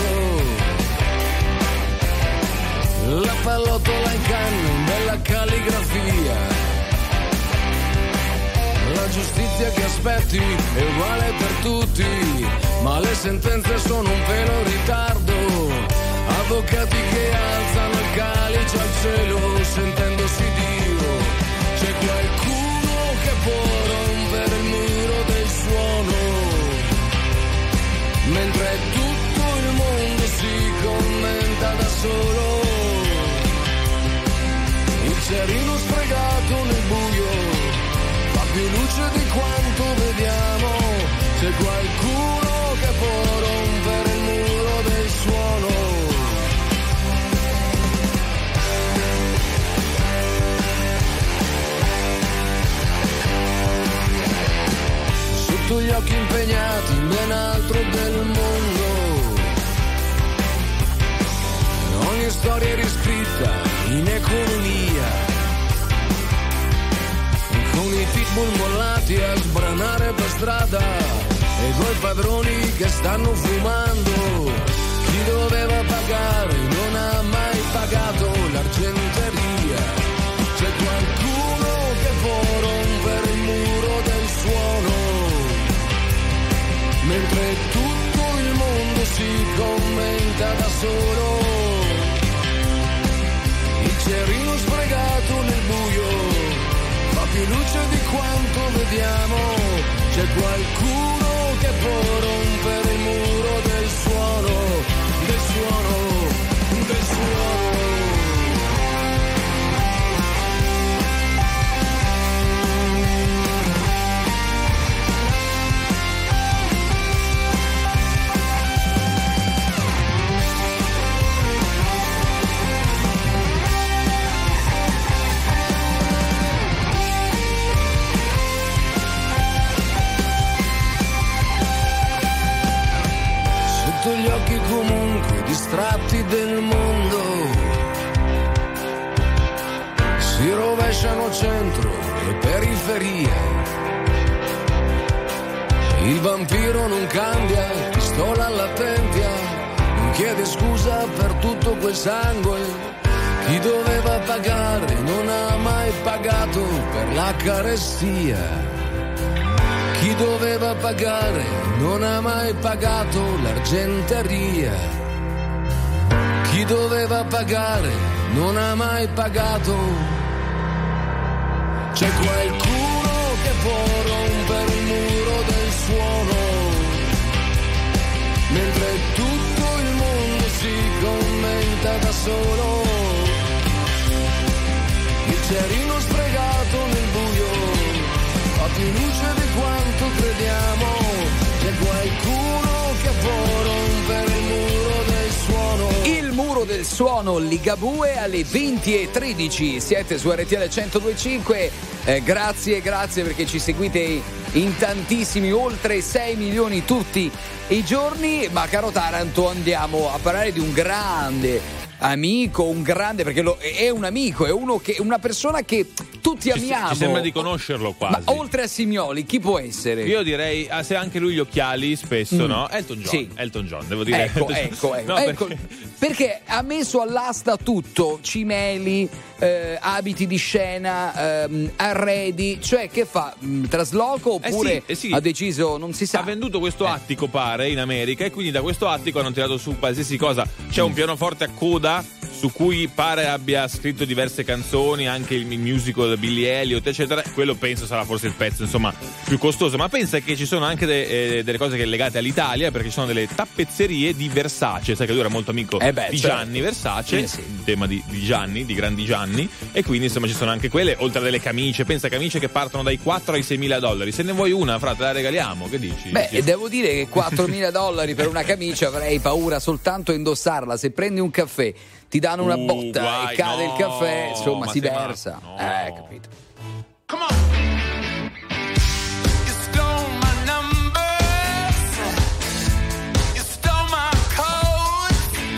la pallottola in canna in bella calligrafia. La giustizia che aspetti è uguale per tutti, ma le sentenze sono un pelo in ritardo. Avvocati che alzano il calice al cielo sentendosi Dio. C'è qualcuno che può rompere il muro del suono, mentre tutto il mondo si commenta da solo. Il cerino sfregato nel buio fa più luce di quanto vediamo. C'è qualcuno che può rompere il muro del suono. Sotto gli occhi impegnati in ben altro del mondo, ogni storia è riscritta in economia, con i pitbull mollati a sbranare per strada e coi padroni che stanno fumando. Chi doveva pagare non ha mai pagato l'argenteria. C'è qualcuno che può rompere il muro del suono, mentre tutto il mondo si commenta da solo. Il cerino sfregato nel buio fa più luce di quanto vediamo. C'è qualcuno che può rompere il muro del suono, del suono, del suono. Gli occhi comunque distratti del mondo si rovesciano centro e periferia. Il vampiro non cambia, pistola alla tempia, non chiede scusa per tutto quel sangue. Chi doveva pagare non ha mai pagato per la carestia. Chi doveva pagare non ha mai pagato l'argenteria. Chi doveva pagare non ha mai pagato. C'è qualcuno che può rompere il muro del suono, mentre tutto il mondo si commenta da solo. Il cerino sfregato nel buio fa più luce di quanto crediamo. C'è qualcuno che può rompere il muro del suono. Il muro del suono, Ligabue alle 20:13. Siete su RTL 102.5. Grazie perché ci seguite in tantissimi, oltre 6 milioni tutti i giorni. Ma caro Taranto, andiamo a parlare di un grande amico, un grande, perché è un amico, è una persona che tutti amiamo. Ci sembra di conoscerlo quasi. Ma oltre a Simioli, chi può essere? Io direi, se anche lui gli occhiali spesso, no? Elton John. Sì. Elton John, devo dire. Ecco. No, perché ha messo all'asta tutto, cimeli, abiti di scena, arredi, cioè che fa? Trasloco oppure sì. ha deciso, non si sa. Ha venduto questo attico, pare, in America, e quindi da questo attico hanno tirato su qualsiasi cosa. C'è un pianoforte a coda su cui pare abbia scritto diverse canzoni, anche il musical Billy Elliot, eccetera. Quello penso sarà forse il pezzo, insomma, più costoso. Ma pensa che ci sono anche delle cose che legate all'Italia, perché ci sono delle tappezzerie di Versace. Sai che lui era molto amico di Gianni Versace, il tema di Gianni, di grandi Gianni, e quindi insomma ci sono anche quelle, oltre a delle camicie. Pensa, camicie che partono dai $4 ai $6.000. Se ne vuoi una, te la regaliamo, che dici? Beh, devo dire che $4.000 per una camicia avrei paura soltanto a indossarla. Se prendi un caffè, ti danno una botta e cade il caffè, insomma, si versa. Capito. Come on. You stole my numbers. You stole my code.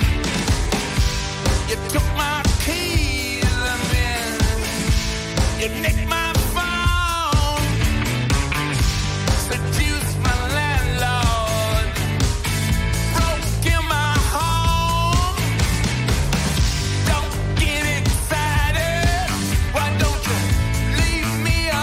You took my keys and then you nicked my phone. Seduced my landlord. Broke in my home. Don't get excited. Why don't you leave me alone?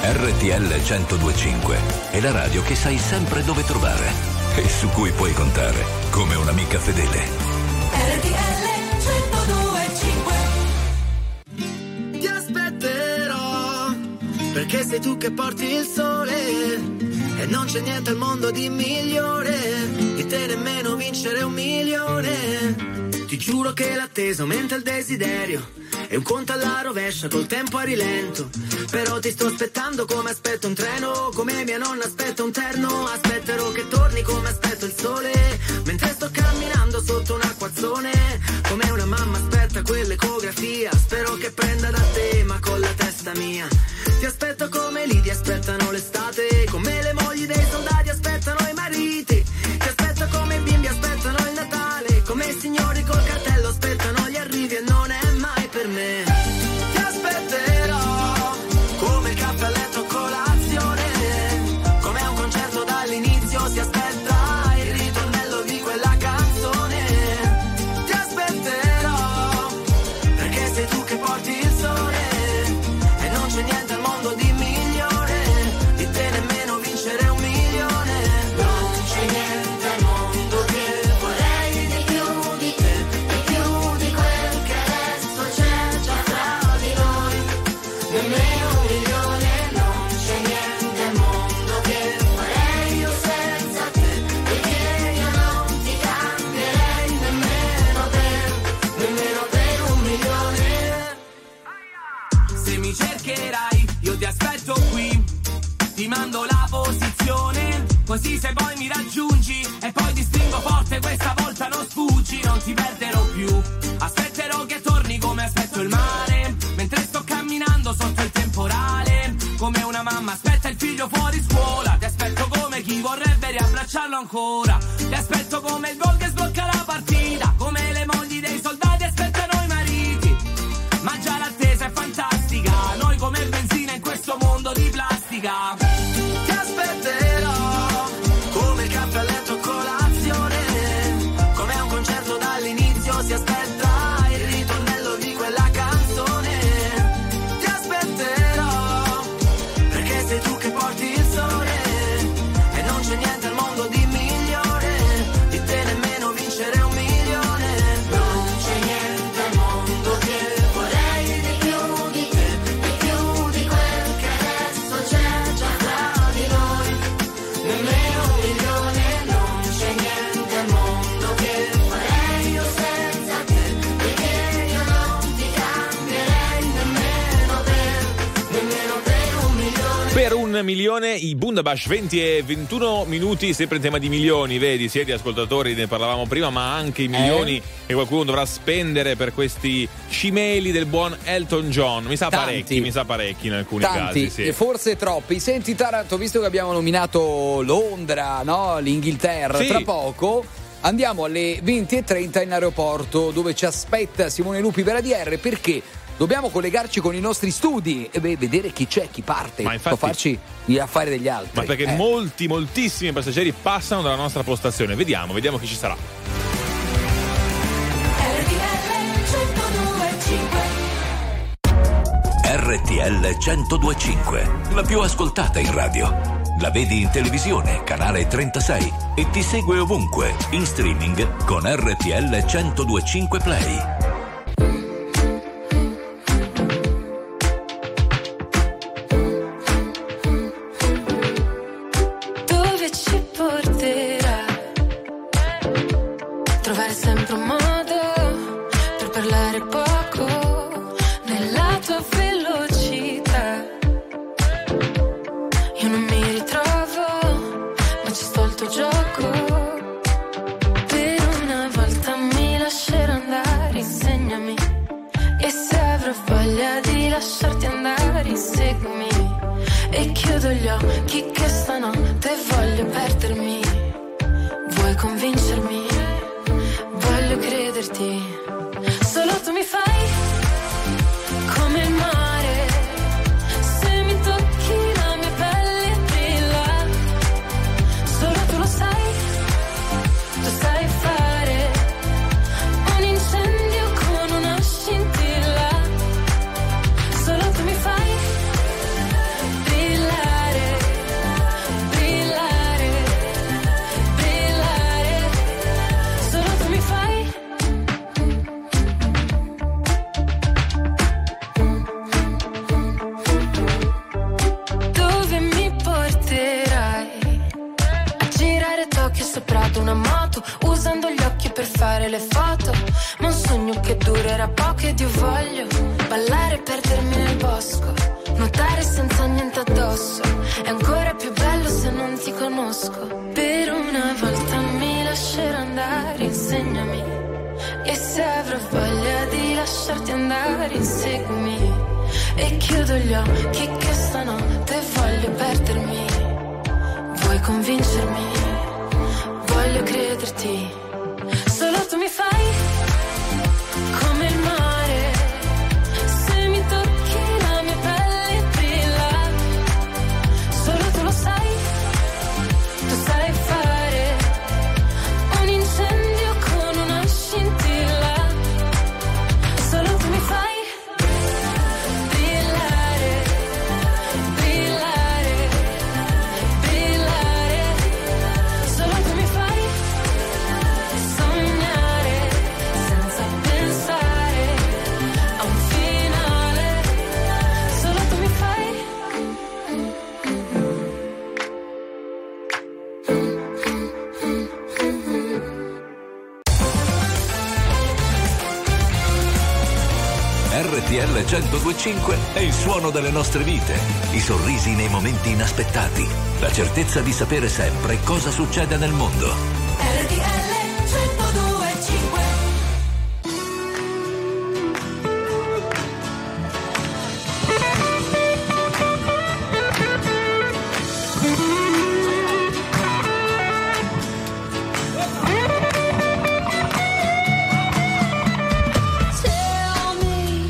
RTL 102.5 è la radio che sai sempre dove trovare e su cui puoi contare come un'amica fedele. RTL 102.5. Ti aspetterò perché sei tu che porti il sole e non c'è niente al mondo di migliore di te, nemmeno vincere 1 milione. Ti giuro che l'attesa aumenta il desiderio, è un conto alla rovescia col tempo a rilento. Però ti sto aspettando come aspetto un treno, come mia nonna aspetta un terno. Aspetterò che torni come aspetto il sole, mentre sto camminando sotto un acquazzone. Come una mamma aspetta quell'ecografia, spero che prenda da te ma con la testa mia. Ti aspetto come lì ti aspettano l'estate, come le mogli dei soldati aspettano i mariti. Ti aspetto come i bimbi aspettano il Natale, come i signori col cartello aspettano gli arrivi e non è mai per me. Ti aspetterò come il caffè a letto colazione, come a un concerto dall'inizio si aspetta il ritornello di quella canzone. Ti aspetterò perché sei tu che porti il sole e non c'è niente al mondo di migliore di te, nemmeno vincere 1 milione. Non c'è niente al mondo che vorrei di più di te, di più di quel che adesso c'è già tra di noi, nemmeno 1 milione. Non c'è niente al mondo che farei io senza te, perché io non ti cambierei nemmeno per 1 milione. Se mi cercherai, io ti aspetto qui, ti mando la posizione, così se poi mi raggiungi e poi ti stringo forte, questa volta non sfuggi, non ti perderò più. Aspetterò che torni come aspetto il mare, mentre sto camminando sotto il temporale, come una mamma aspetta il figlio fuori scuola. Ti aspetto come chi vorrebbe riabbracciarlo ancora, ti aspetto come il gol che sblocca la partita, come le mogli dei soldati aspettano i mariti. Ma già l'attesa è fantastica, noi come benzina in questo mondo di plastica. Ti aspetterò come il caffè a letto colazione, come a un concerto dall'inizio si aspetta il ritornello di quella canzone. Ti aspetterò perché sei tu che porti il sole e non c'è niente al mondo di migliore di te, nemmeno vincere 1 milione. Non c'è niente al mondo che vorrei di più di te, di più di quel che adesso c'è già tra di noi, nemmeno 1 milione. Non c'è niente al mondo che farei io senza te, perché io non ti cambierei nemmeno per 1 milione. Per 1 milione i Bundabash, 20 e 21 minuti, sempre in tema di milioni, vedi, siete ascoltatori, ne parlavamo prima, ma anche i milioni che qualcuno dovrà spendere per questi cimeli del buon Elton John. Mi sa parecchi in alcuni tanti, casi, sì. E forse troppi. Senti Taranto, visto che abbiamo nominato Londra, no? L'Inghilterra, Sì. tra poco andiamo alle 20:30 in aeroporto, dove ci aspetta Simone Lupi per ADR, perché dobbiamo collegarci con i nostri studi e vedere chi c'è, chi parte, Ma infatti- per farci gli affari degli altri. Ma perché moltissimi passeggeri passano dalla nostra postazione. Vediamo chi ci sarà. RTL 102.5, la più ascoltata in radio. La vedi in televisione, canale 36 e ti segue ovunque, in streaming con RTL 102.5 Play. Dove ci porterà? Trovare sempre un modo per parlare poco nella tua velocità. Io non mi ritrovo, ma ci sto il tuo gioco. Per una volta mi lascerò andare, insegnami. E se avrò voglia di lasciarti andare, inseguimi. E chiudo gli occhi che stanotte voglio perdermi. Vuoi convincermi? Voglio crederti. Solo tu mi fai come il mare. Se mi tocchi la mia pelle brilla. Solo tu lo sai. Tu sai fare un incendio con una scintilla. Solo tu mi fai brillare. durerà poco ed io voglio ballare e perdermi nel bosco, nuotare senza niente addosso, è ancora più bello se non ti conosco. Per una volta mi lascerò andare, insegnami, e se avrò voglia di lasciarti andare, inseguimi, e chiudo gli occhi che stanotte voglio perdermi. Vuoi convincermi? Voglio crederti. Solo tu mi fai come il mare, se mi tocchi la mia pelle brilla. Solo tu lo sai, tu sai fare un incendio con una scintilla. Solo tu mi fai brillare, brillare, brillare. Solo tu mi fai sognare senza pensare a un finale. Solo tu mi fai. RTL 102.5 è il suono delle nostre vite, i sorrisi nei momenti inaspettati, la certezza di sapere sempre cosa succede nel mondo. RTL 102.5. Tell me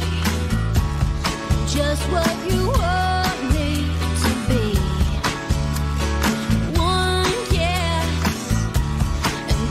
just what you want me to be. One yes and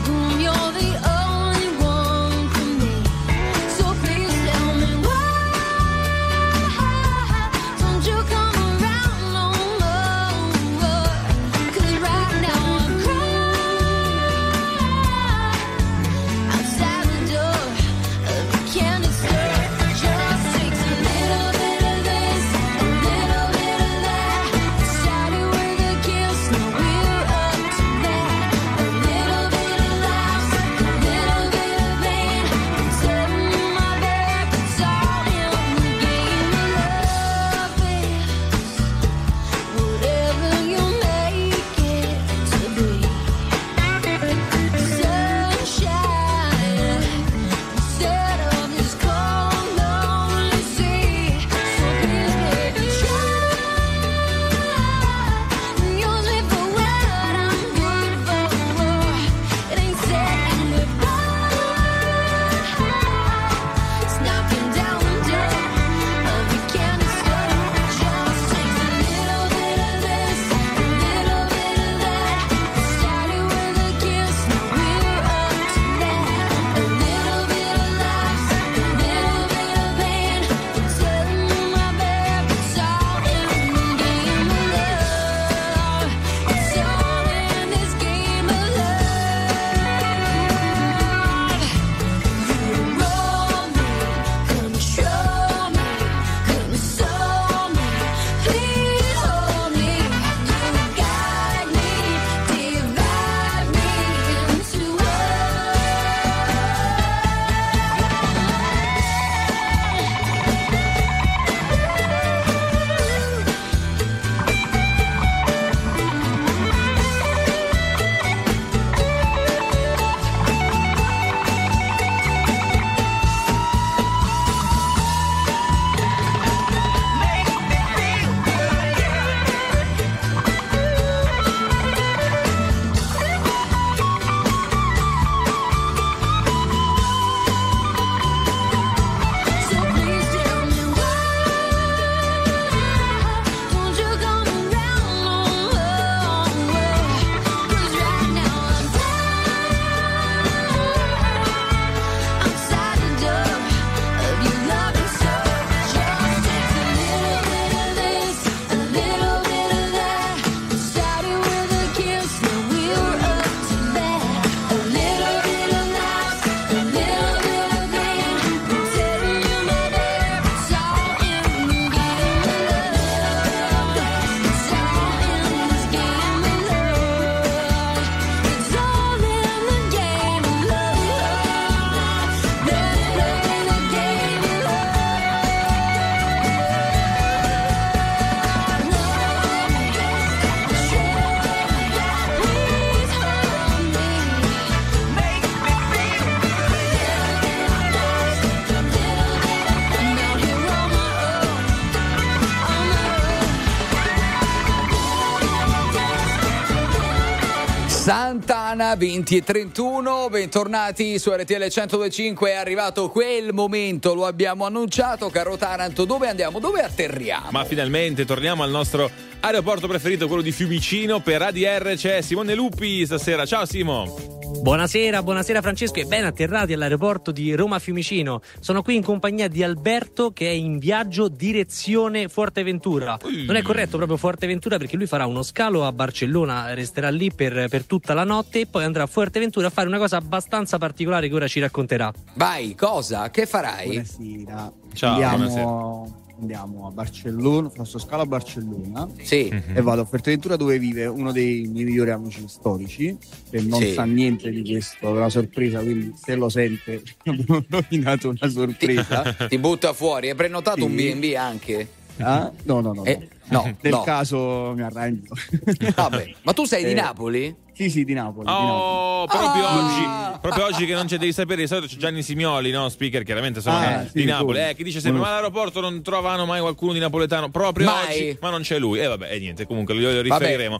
Sant'Ana 20:31, bentornati su RTL 102.5. È arrivato quel momento, lo abbiamo annunciato, caro Taranto. Dove andiamo? Dove atterriamo? Ma finalmente torniamo al nostro aeroporto preferito, quello di Fiumicino. Per ADR c'è Simone Lupi stasera. Ciao Simo. Buonasera Francesco e ben atterrati all'aeroporto di Roma Fiumicino. Sono qui in compagnia di Alberto che è in viaggio direzione Fuerteventura. Non è corretto proprio Fuerteventura perché lui farà uno scalo a Barcellona, resterà lì per tutta la notte e poi andrà a Fuerteventura a fare una cosa abbastanza particolare che ora ci racconterà. Vai, cosa? Che farai? Buonasera. Ciao, Andiamo a Barcellona, faccio scalo a Barcellona. Sì. E vado a Fuerteventura dove vive uno dei miei migliori amici storici che non sa niente di questo, è una sorpresa, quindi se lo sente abbiamo rovinato una sorpresa. Ti butta fuori, hai prenotato un B&B anche? Ah? No. No, Nel caso mi arrangio. Vabbè. Ma tu sei di Napoli? Sì, di Napoli. Oh, proprio oggi che non c'è, devi sapere, di solito c'è Gianni Simioli, no? Speaker, chiaramente sono di Napoli, che dice sempre: ma all'aeroporto non trovano mai qualcuno di napoletano proprio oggi, ma non c'è lui. E vabbè, niente, comunque lo riferiremo.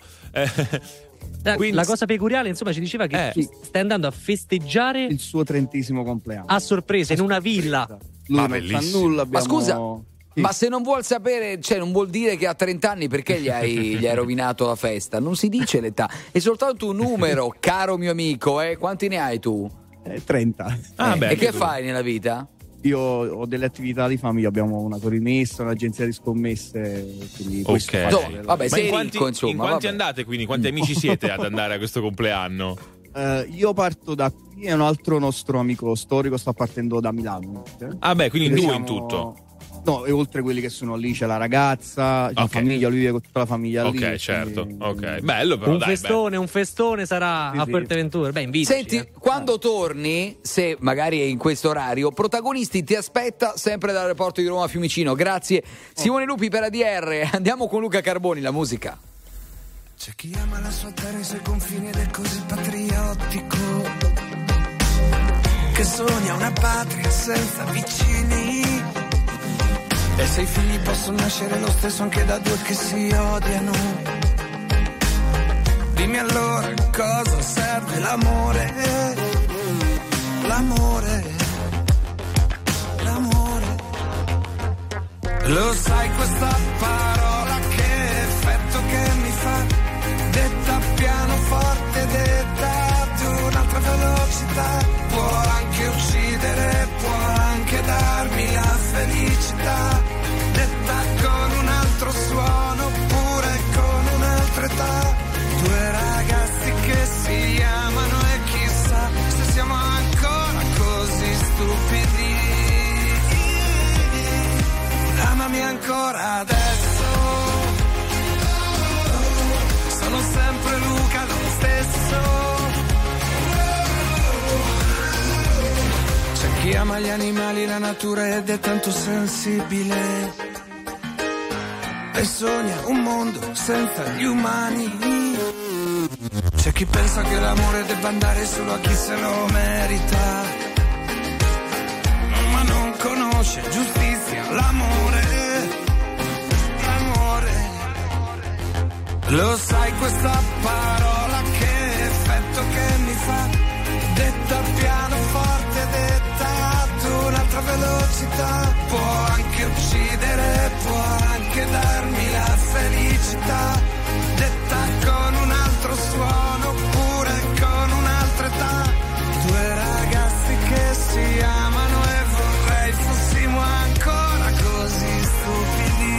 Quindi, la cosa peculiare, insomma, ci diceva che stai andando a festeggiare il suo 30° compleanno a sorpresa in una villa. Lui non fa nulla. Ma scusa, ma se non vuol sapere, cioè non vuol dire che ha 30 anni, perché gli hai rovinato la festa? Non si dice l'età, è soltanto un numero, caro mio amico. Quanti ne hai tu? 30. E che fai nella vita? Io ho delle attività di famiglia, abbiamo una corimessa, un'agenzia di scommesse, quindi vabbè, sei ricco, insomma. In quanti andate, quindi? Quanti amici siete ad andare a questo compleanno? Io parto da qui e un altro nostro amico storico sta partendo da Milano. Quindi in due in tutto. No, e oltre quelli che sono lì c'è la ragazza, la famiglia, lui vive con tutta la famiglia lì. Ok, certo. Ok, bello però. Un festone sarà a Fuerteventura. Beh, invitaci. Senti, quando torni, se magari è in questo orario, Protagonisti ti aspetta sempre dall'aeroporto di Roma Fiumicino. Grazie Simone Lupi per ADR. Andiamo con Luca Carboni, la musica. C'è chi ama la sua terra e i suoi confini ed è così patriottico che sogna una patria senza vicini. E se i figli possono nascere lo stesso anche da due che si odiano, dimmi allora cosa serve l'amore. Lo sai questa parola che effetto che mi fa, detta pianoforte, detta ad un'altra velocità, può anche uccidere, può anche darmi la felicità, detta con un altro suono oppure con un'altra età. Due ragazzi che si amano e chissà se siamo ancora così stupidi. Amami ancora adesso, sono sempre Luca lo stesso. C'è chi ama gli animali, la natura ed è tanto sensibile e sogna un mondo senza gli umani. C'è chi pensa che l'amore debba andare solo a chi se lo merita, ma non conosce giustizia, l'amore. Lo sai questa parola che effetto che mi fa, detta pianoforte, detta ad un'altra velocità, può anche uccidere, può anche darmi la felicità, detta con un altro suono oppure con un'altra età. Due ragazzi che si amano e vorrei fossimo ancora così stupidi.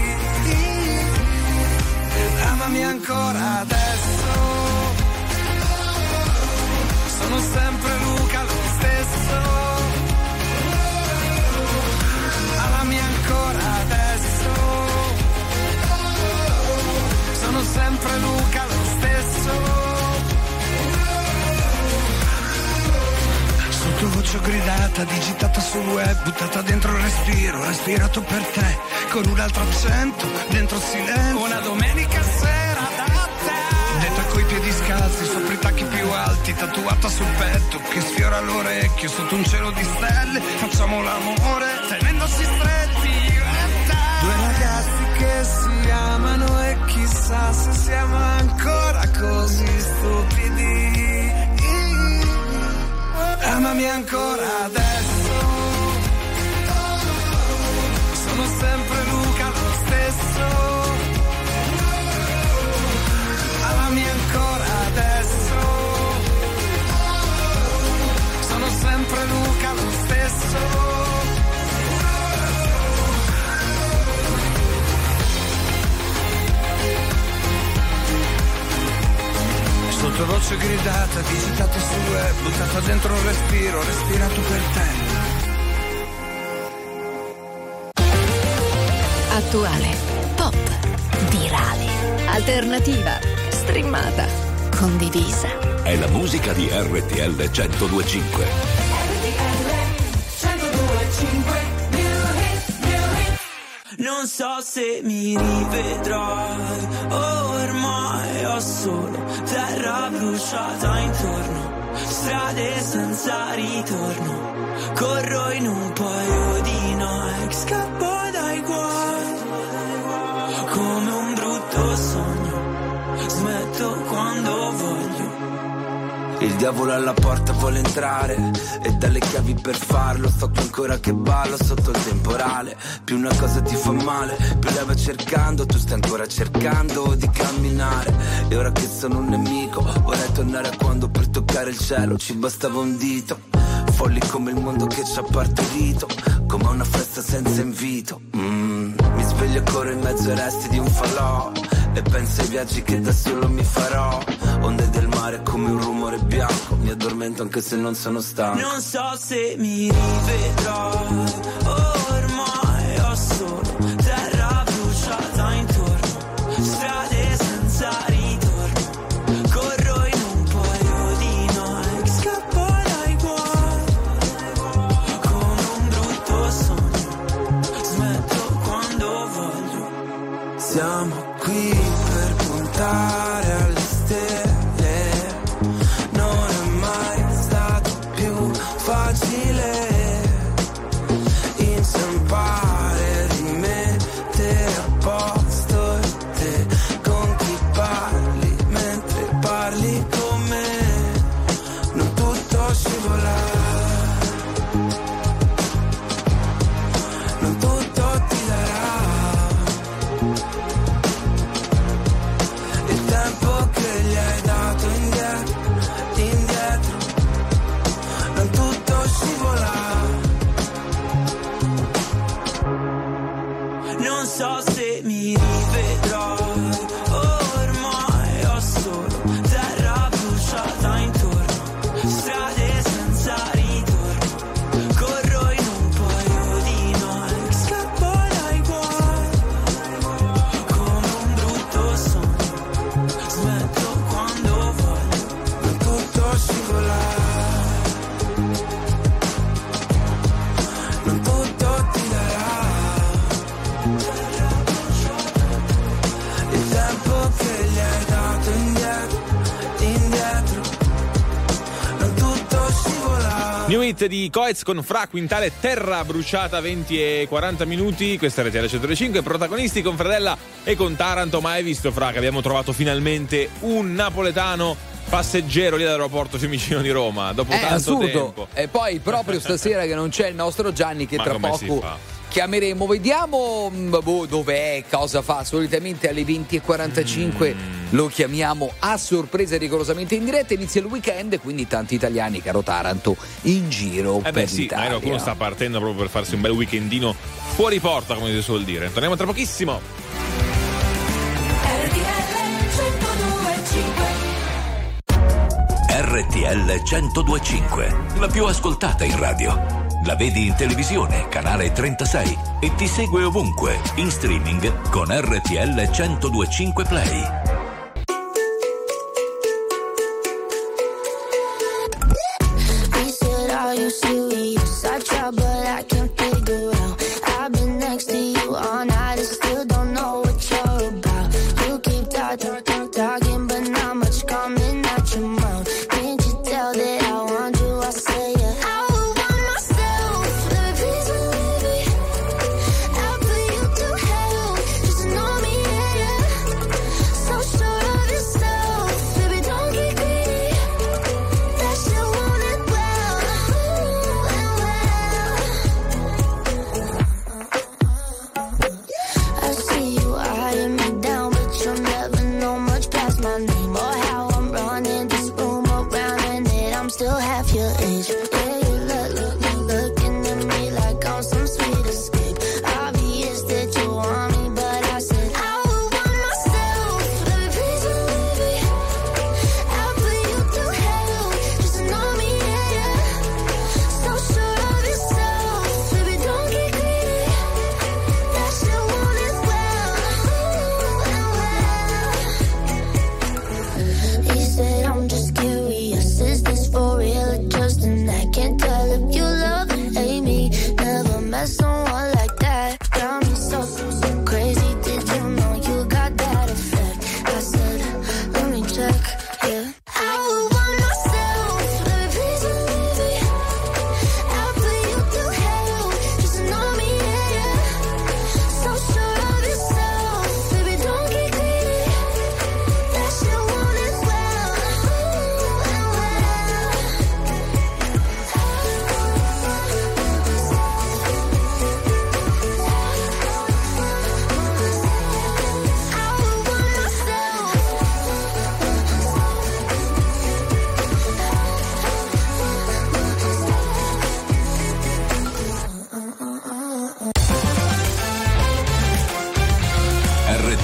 Amami ancora adesso, sono sempre Luca lo stesso. Amami ancora adesso, sono sempre Luca lo stesso. Sottovoce gridata, digitata sul web, buttata dentro il respiro, respirato per te, con un altro accento, dentro il silenzio. Una domenica sera da te, detta coi piedi scalzi, sopra i tacchi più alti, tatuata sul petto, che sfiora l'orecchio, sotto un cielo di stelle, facciamo l'amore, tenendosi stretti. Due ragazzi che si amano e chissà se siamo ancora così stupidi. Amami ancora adesso. Sono sempre Luca lo stesso. Amami ancora adesso. Sono sempre Luca lo stesso. Sotto voce gridata, digitata sul web, buttata dentro un respiro, respirato per te. Attuale, pop, virale, alternativa, streamata, condivisa. È la musica di RTL 102.5. Non so se mi rivedrai, ormai ho solo terra bruciata intorno, strade senza ritorno, corro in un paio di Nike, scappo dai guai, come un brutto sogno, smetto quando voglio. Il diavolo alla porta vuole entrare e dalle chiavi per farlo. Sto qui ancora che ballo sotto il temporale. Più una cosa ti fa male, più la vai cercando. Tu stai ancora cercando di camminare. E ora che sono un nemico vorrei tornare a quando per toccare il cielo ci bastava un dito. Folli come il mondo che ci ha partorito, come una festa senza invito. Mi sveglio ancora in mezzo ai resti di un falò e penso ai viaggi che da solo mi farò. Onde del mare come un rumore bianco, mi addormento anche se non sono stanco. Non so se mi rivedrai, ormai ho solo terra bruciata intorno, strade senza ritorno, corro in un paio di Nike, scappo dai guai, come un brutto sogno, smetto quando voglio. Siamo qui per puntare alle stelle, non è mai stato più facile inciampare, rimettere a posto te con chi parli mentre parli con me, non tutto scivola, non tutto ti darà il tempo che gli hai dato indietro, indietro, non tutto scivola. Non so se mi rivedrai, ormai ho solo terra bruciata intorno, strade senza ritorno, corro in un paio di Nike, scappo dai guai, come un brutto sogno, smetto quando voglio, non tutto scivola, non tutto ti darà il tempo che gli hai dato indietro, indietro, non tutto scivola. New hit di Coez con Fra, Quintale, Terra bruciata, 20 e 40 minuti. Questa è RTL 105, protagonisti con Fredella e con Taranto. Ma hai visto, Fra, che abbiamo trovato finalmente un napoletano passeggero lì all'aeroporto Fiumicino di Roma dopo tanto assurdo tempo. E poi proprio stasera che non c'è il nostro Gianni, che Ma tra come si poco fa? chiameremo, vediamo dov'è, cosa fa. Solitamente alle 20:45 lo chiamiamo a sorpresa, rigorosamente in diretta. Inizia il weekend, quindi tanti italiani, caro Taranto, in giro per Sì, l'Italia. ma qualcuno sta partendo proprio per farsi un bel weekendino fuori porta, come si suol dire. Torniamo tra pochissimo. RTL 102.5, la più ascoltata in radio. La vedi in televisione, canale 36, e ti segue ovunque, in streaming con RTL 102.5 Play. We said, are you serious? I tried, but I can't figure out. I've been next to you all night and still don't know what you're about. You keep talking, but not much coming out your mouth. Can't you tell that I want you? I say it. I would want myself to be so baby. I'll put you to hell. Just know me, yeah, yeah. So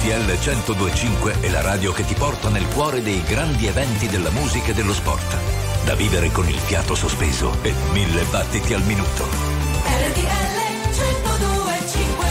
RTL 102.5 è la radio che ti porta nel cuore dei grandi eventi della musica e dello sport. Da vivere con il fiato sospeso e 1000 battiti al minuto. RTL 102.5.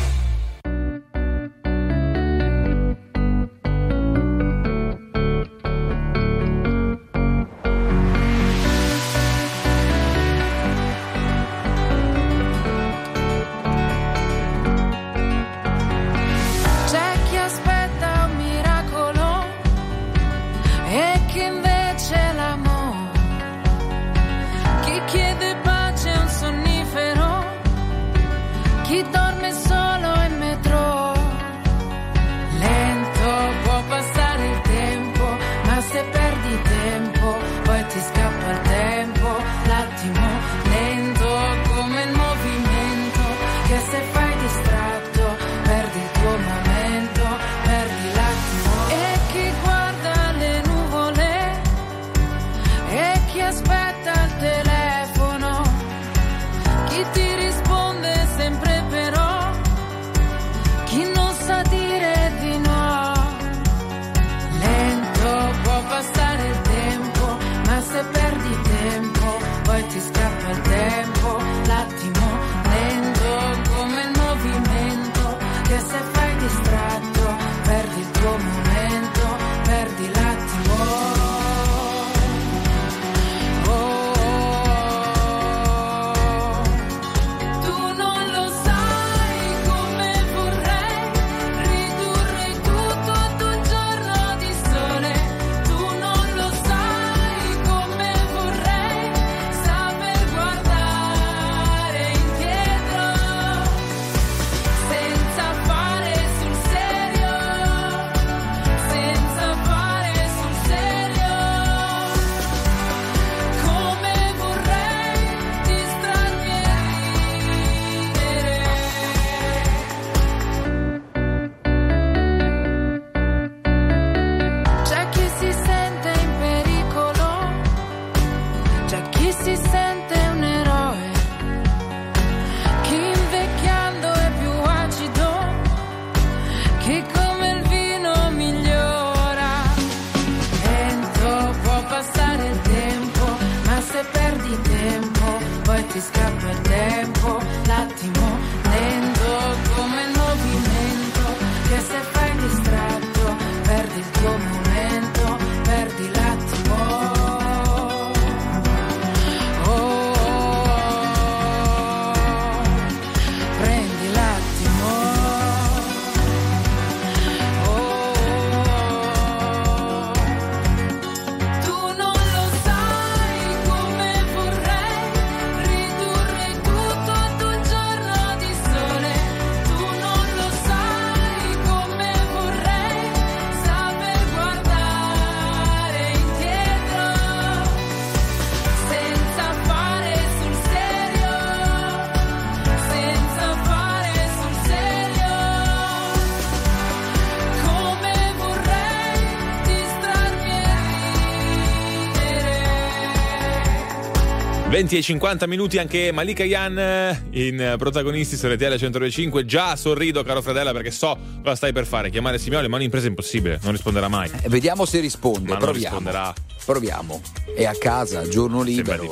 E 50 minuti anche Malika Yan in protagonisti su RTL 102.5. Già sorrido, caro Fredella, perché so cosa stai per fare. Chiamare Simioli, ma un'impresa è impossibile, non risponderà mai. Vediamo se risponde. Ma proviamo. Non risponderà. Proviamo. È a casa, giorno libero.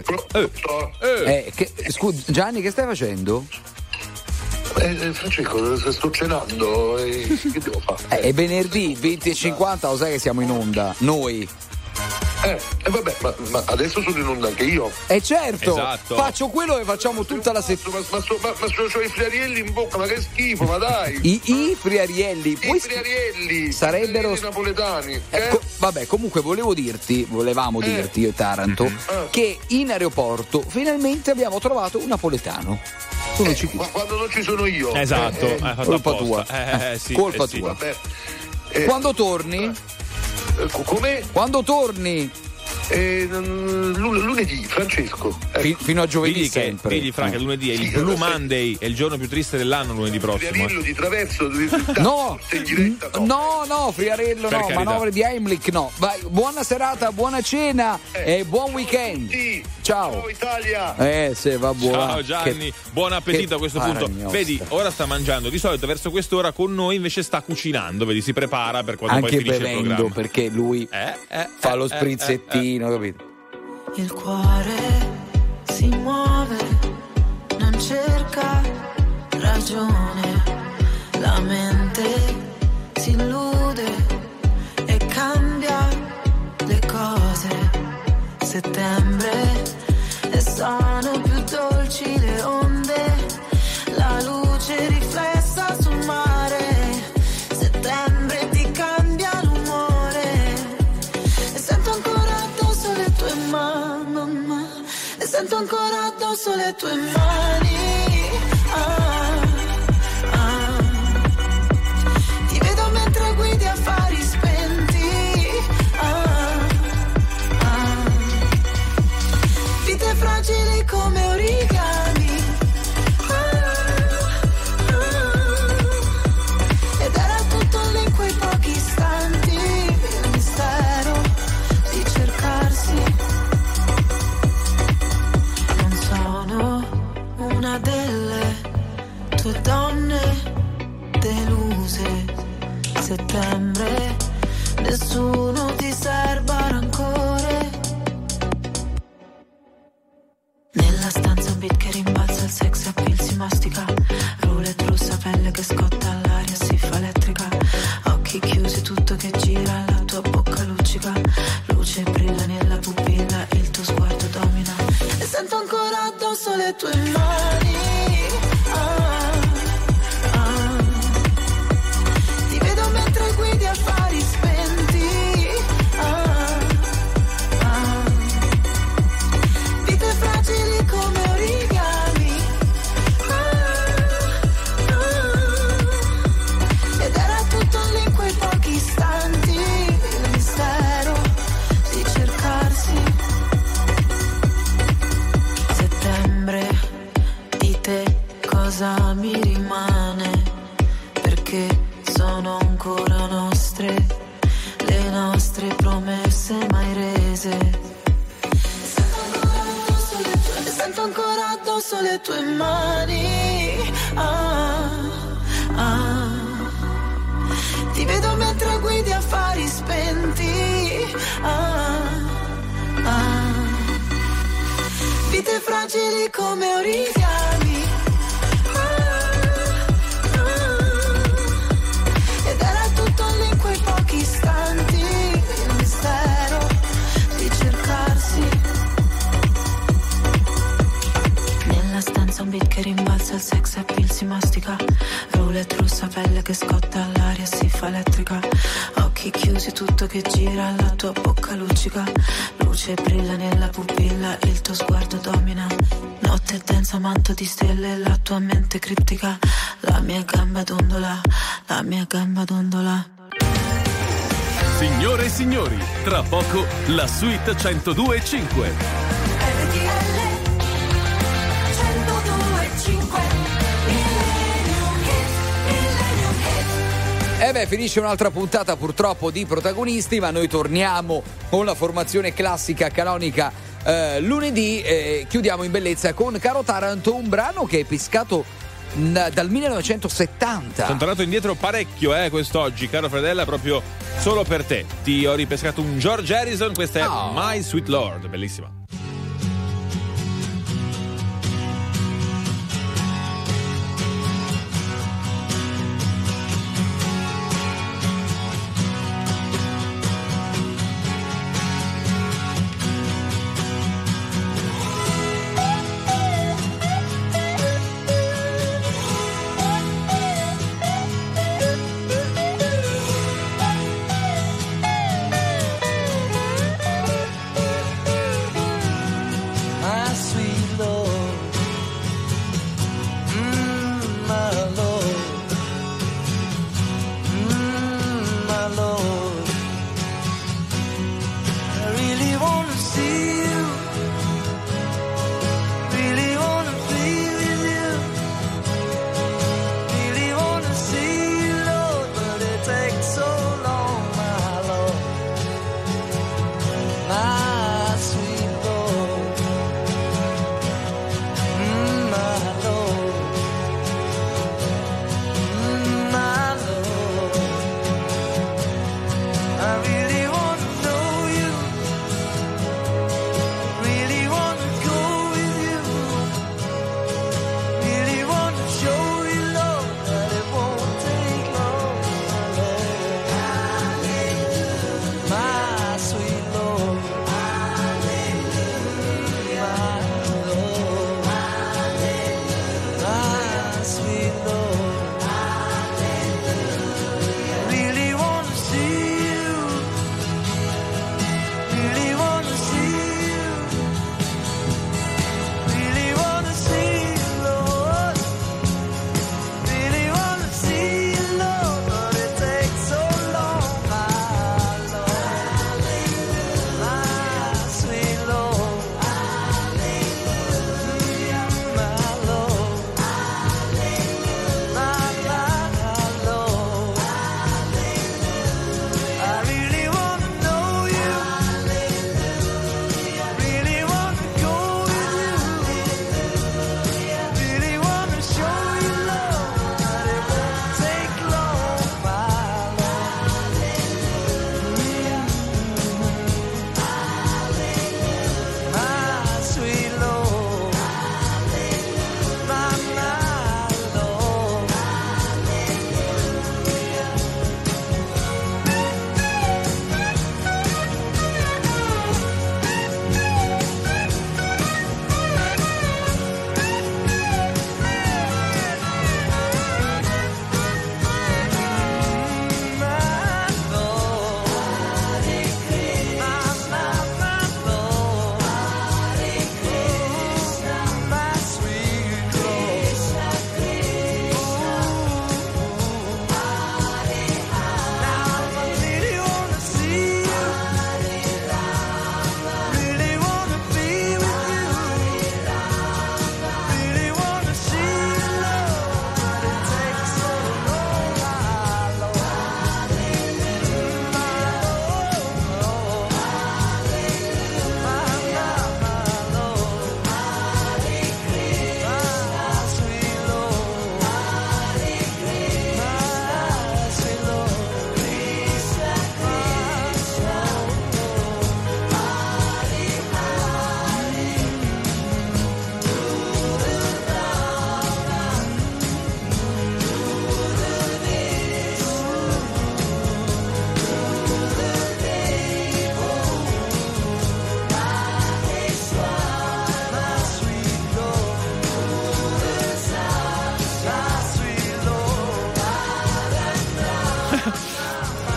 Scusa, Gianni, che stai facendo? Francesco, sto cenando. Che devo fare? È venerdì 20:50, lo sai che siamo in onda. Noi. Vabbè, ma adesso sono in onda anche io. Certo, esatto. Faccio quello che facciamo tutta la settimana. Ma c'ho i friarielli in bocca, ma che schifo, ma dai. I friarielli. I friarielli sarebbero napoletani. Vabbè, comunque volevamo dirti, io e Taranto, che in aeroporto finalmente abbiamo trovato un napoletano. Quando non ci sono io. Esatto, colpa tua. Sì, colpa sì. tua. Quando torni? Come? Quando torni? Lunedì, Francesco. Fino a giovedì sempre. Digli Franca, lunedì è il Blue Monday, è il giorno più triste dell'anno, lunedì prossimo. Friarillo di Traverso. No, Friarello no, manovre di Heimlich no. Vai, buona serata, buona cena e buon weekend. Sì. Ciao Italia. Sì, va buono. Ciao Gianni, buon appetito a questo punto. Vedi, ora sta mangiando. Di solito verso quest'ora con noi invece sta cucinando. Vedi, si prepara per quando anche poi finisce bevendo, il programma. perché lui fa lo sprizzettino, capito? Il cuore si muove, non cerca ragione, la mente si illude e cambia le cose. Settembre e sono più dolci le onde, la luce riflessa sul mare. Settembre ti cambia l'umore e sento ancora addosso le tue mani, e sento ancora addosso le tue mani. Ti vedo mentre guidi affari spenti. Vite fragili come origami. Ed era tutto lì in quei pochi istanti, il mistero di cercarsi. Non sono una delle tue donne deluse. Settembre, nessuno ti serba rancore. Nella stanza un beat che rimbalza, il sex appeal si mastica. Roulette rossa, pelle che scotta all'aria, si fa elettrica. Occhi chiusi, tutto che gira, la tua bocca luccica. Luce brilla nella pupilla, il tuo sguardo domina. E sento ancora addosso le tue mani. Ti vedo mentre guidi affari spenti. Vite fragili come origami. Ed era tutto lì in quei pochi istanti, il mistero di cercarsi. Settembre, di te cosa mi rimane? Perché sono ancora nostre, le nostre promesse mai rese. Sento ancora addosso le tue mani. Ti vedo mentre guidi affari spenti. Vite fragili come origami. Ed era tutto lì in quei pochi istanti, il mistero di cercarsi. Nella stanza un beat che rimbalza, il sex appeal si mastica. Roulette rossa, pelle che scotta all'aria, si fa elettrica. Occhi chiusi, tutto che gira, la tua bocca luccica. Luce brilla nella pupilla, il tuo sguardo domina. Notte densa, manto di stelle, la tua mente criptica. La mia gamba dondola, la mia gamba dondola. Signore e signori, tra poco la suite 102.5. Finisce un'altra puntata purtroppo di Protagonisti, ma noi torniamo con la formazione classica canonica lunedì. Chiudiamo in bellezza con Caro Taranto, un brano che è pescato dal 1970. Sono tornato indietro parecchio quest'oggi, caro Fredella, proprio solo per te. Ti ho ripescato un George Harrison, questa è My Sweet Lord, bellissima.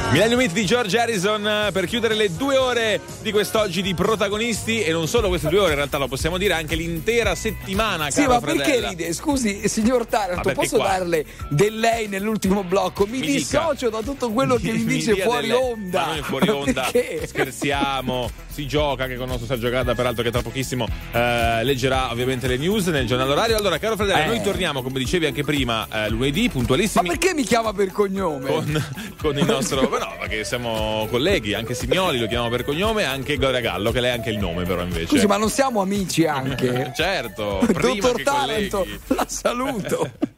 Millennium Hit di George Harrison per chiudere le 2 ore di quest'oggi di protagonisti, e non solo queste 2 ore, in realtà lo possiamo dire anche l'intera settimana. Sì, ma Fredella, perché ride? Scusi, signor Taranto, posso darle del lei nell'ultimo blocco? Mi dissocio da tutto quello che mi dice fuori onda. Ma noi fuori onda scherziamo, si gioca anche con il nostro Sergio Gadda, peraltro, che tra pochissimo leggerà ovviamente le news nel giornale orario. Allora, caro Fredella, noi torniamo, come dicevi anche prima, lunedì puntualissimi. Ma perché mi chiama per cognome? Con il nostro... No, perché siamo colleghi, anche Signoli lo chiamiamo per cognome, anche Gloria Gallo, che lei ha anche il nome però invece. Scusi, ma non siamo amici anche? Certo, prima Dottor che Taranto, colleghi. la saluto.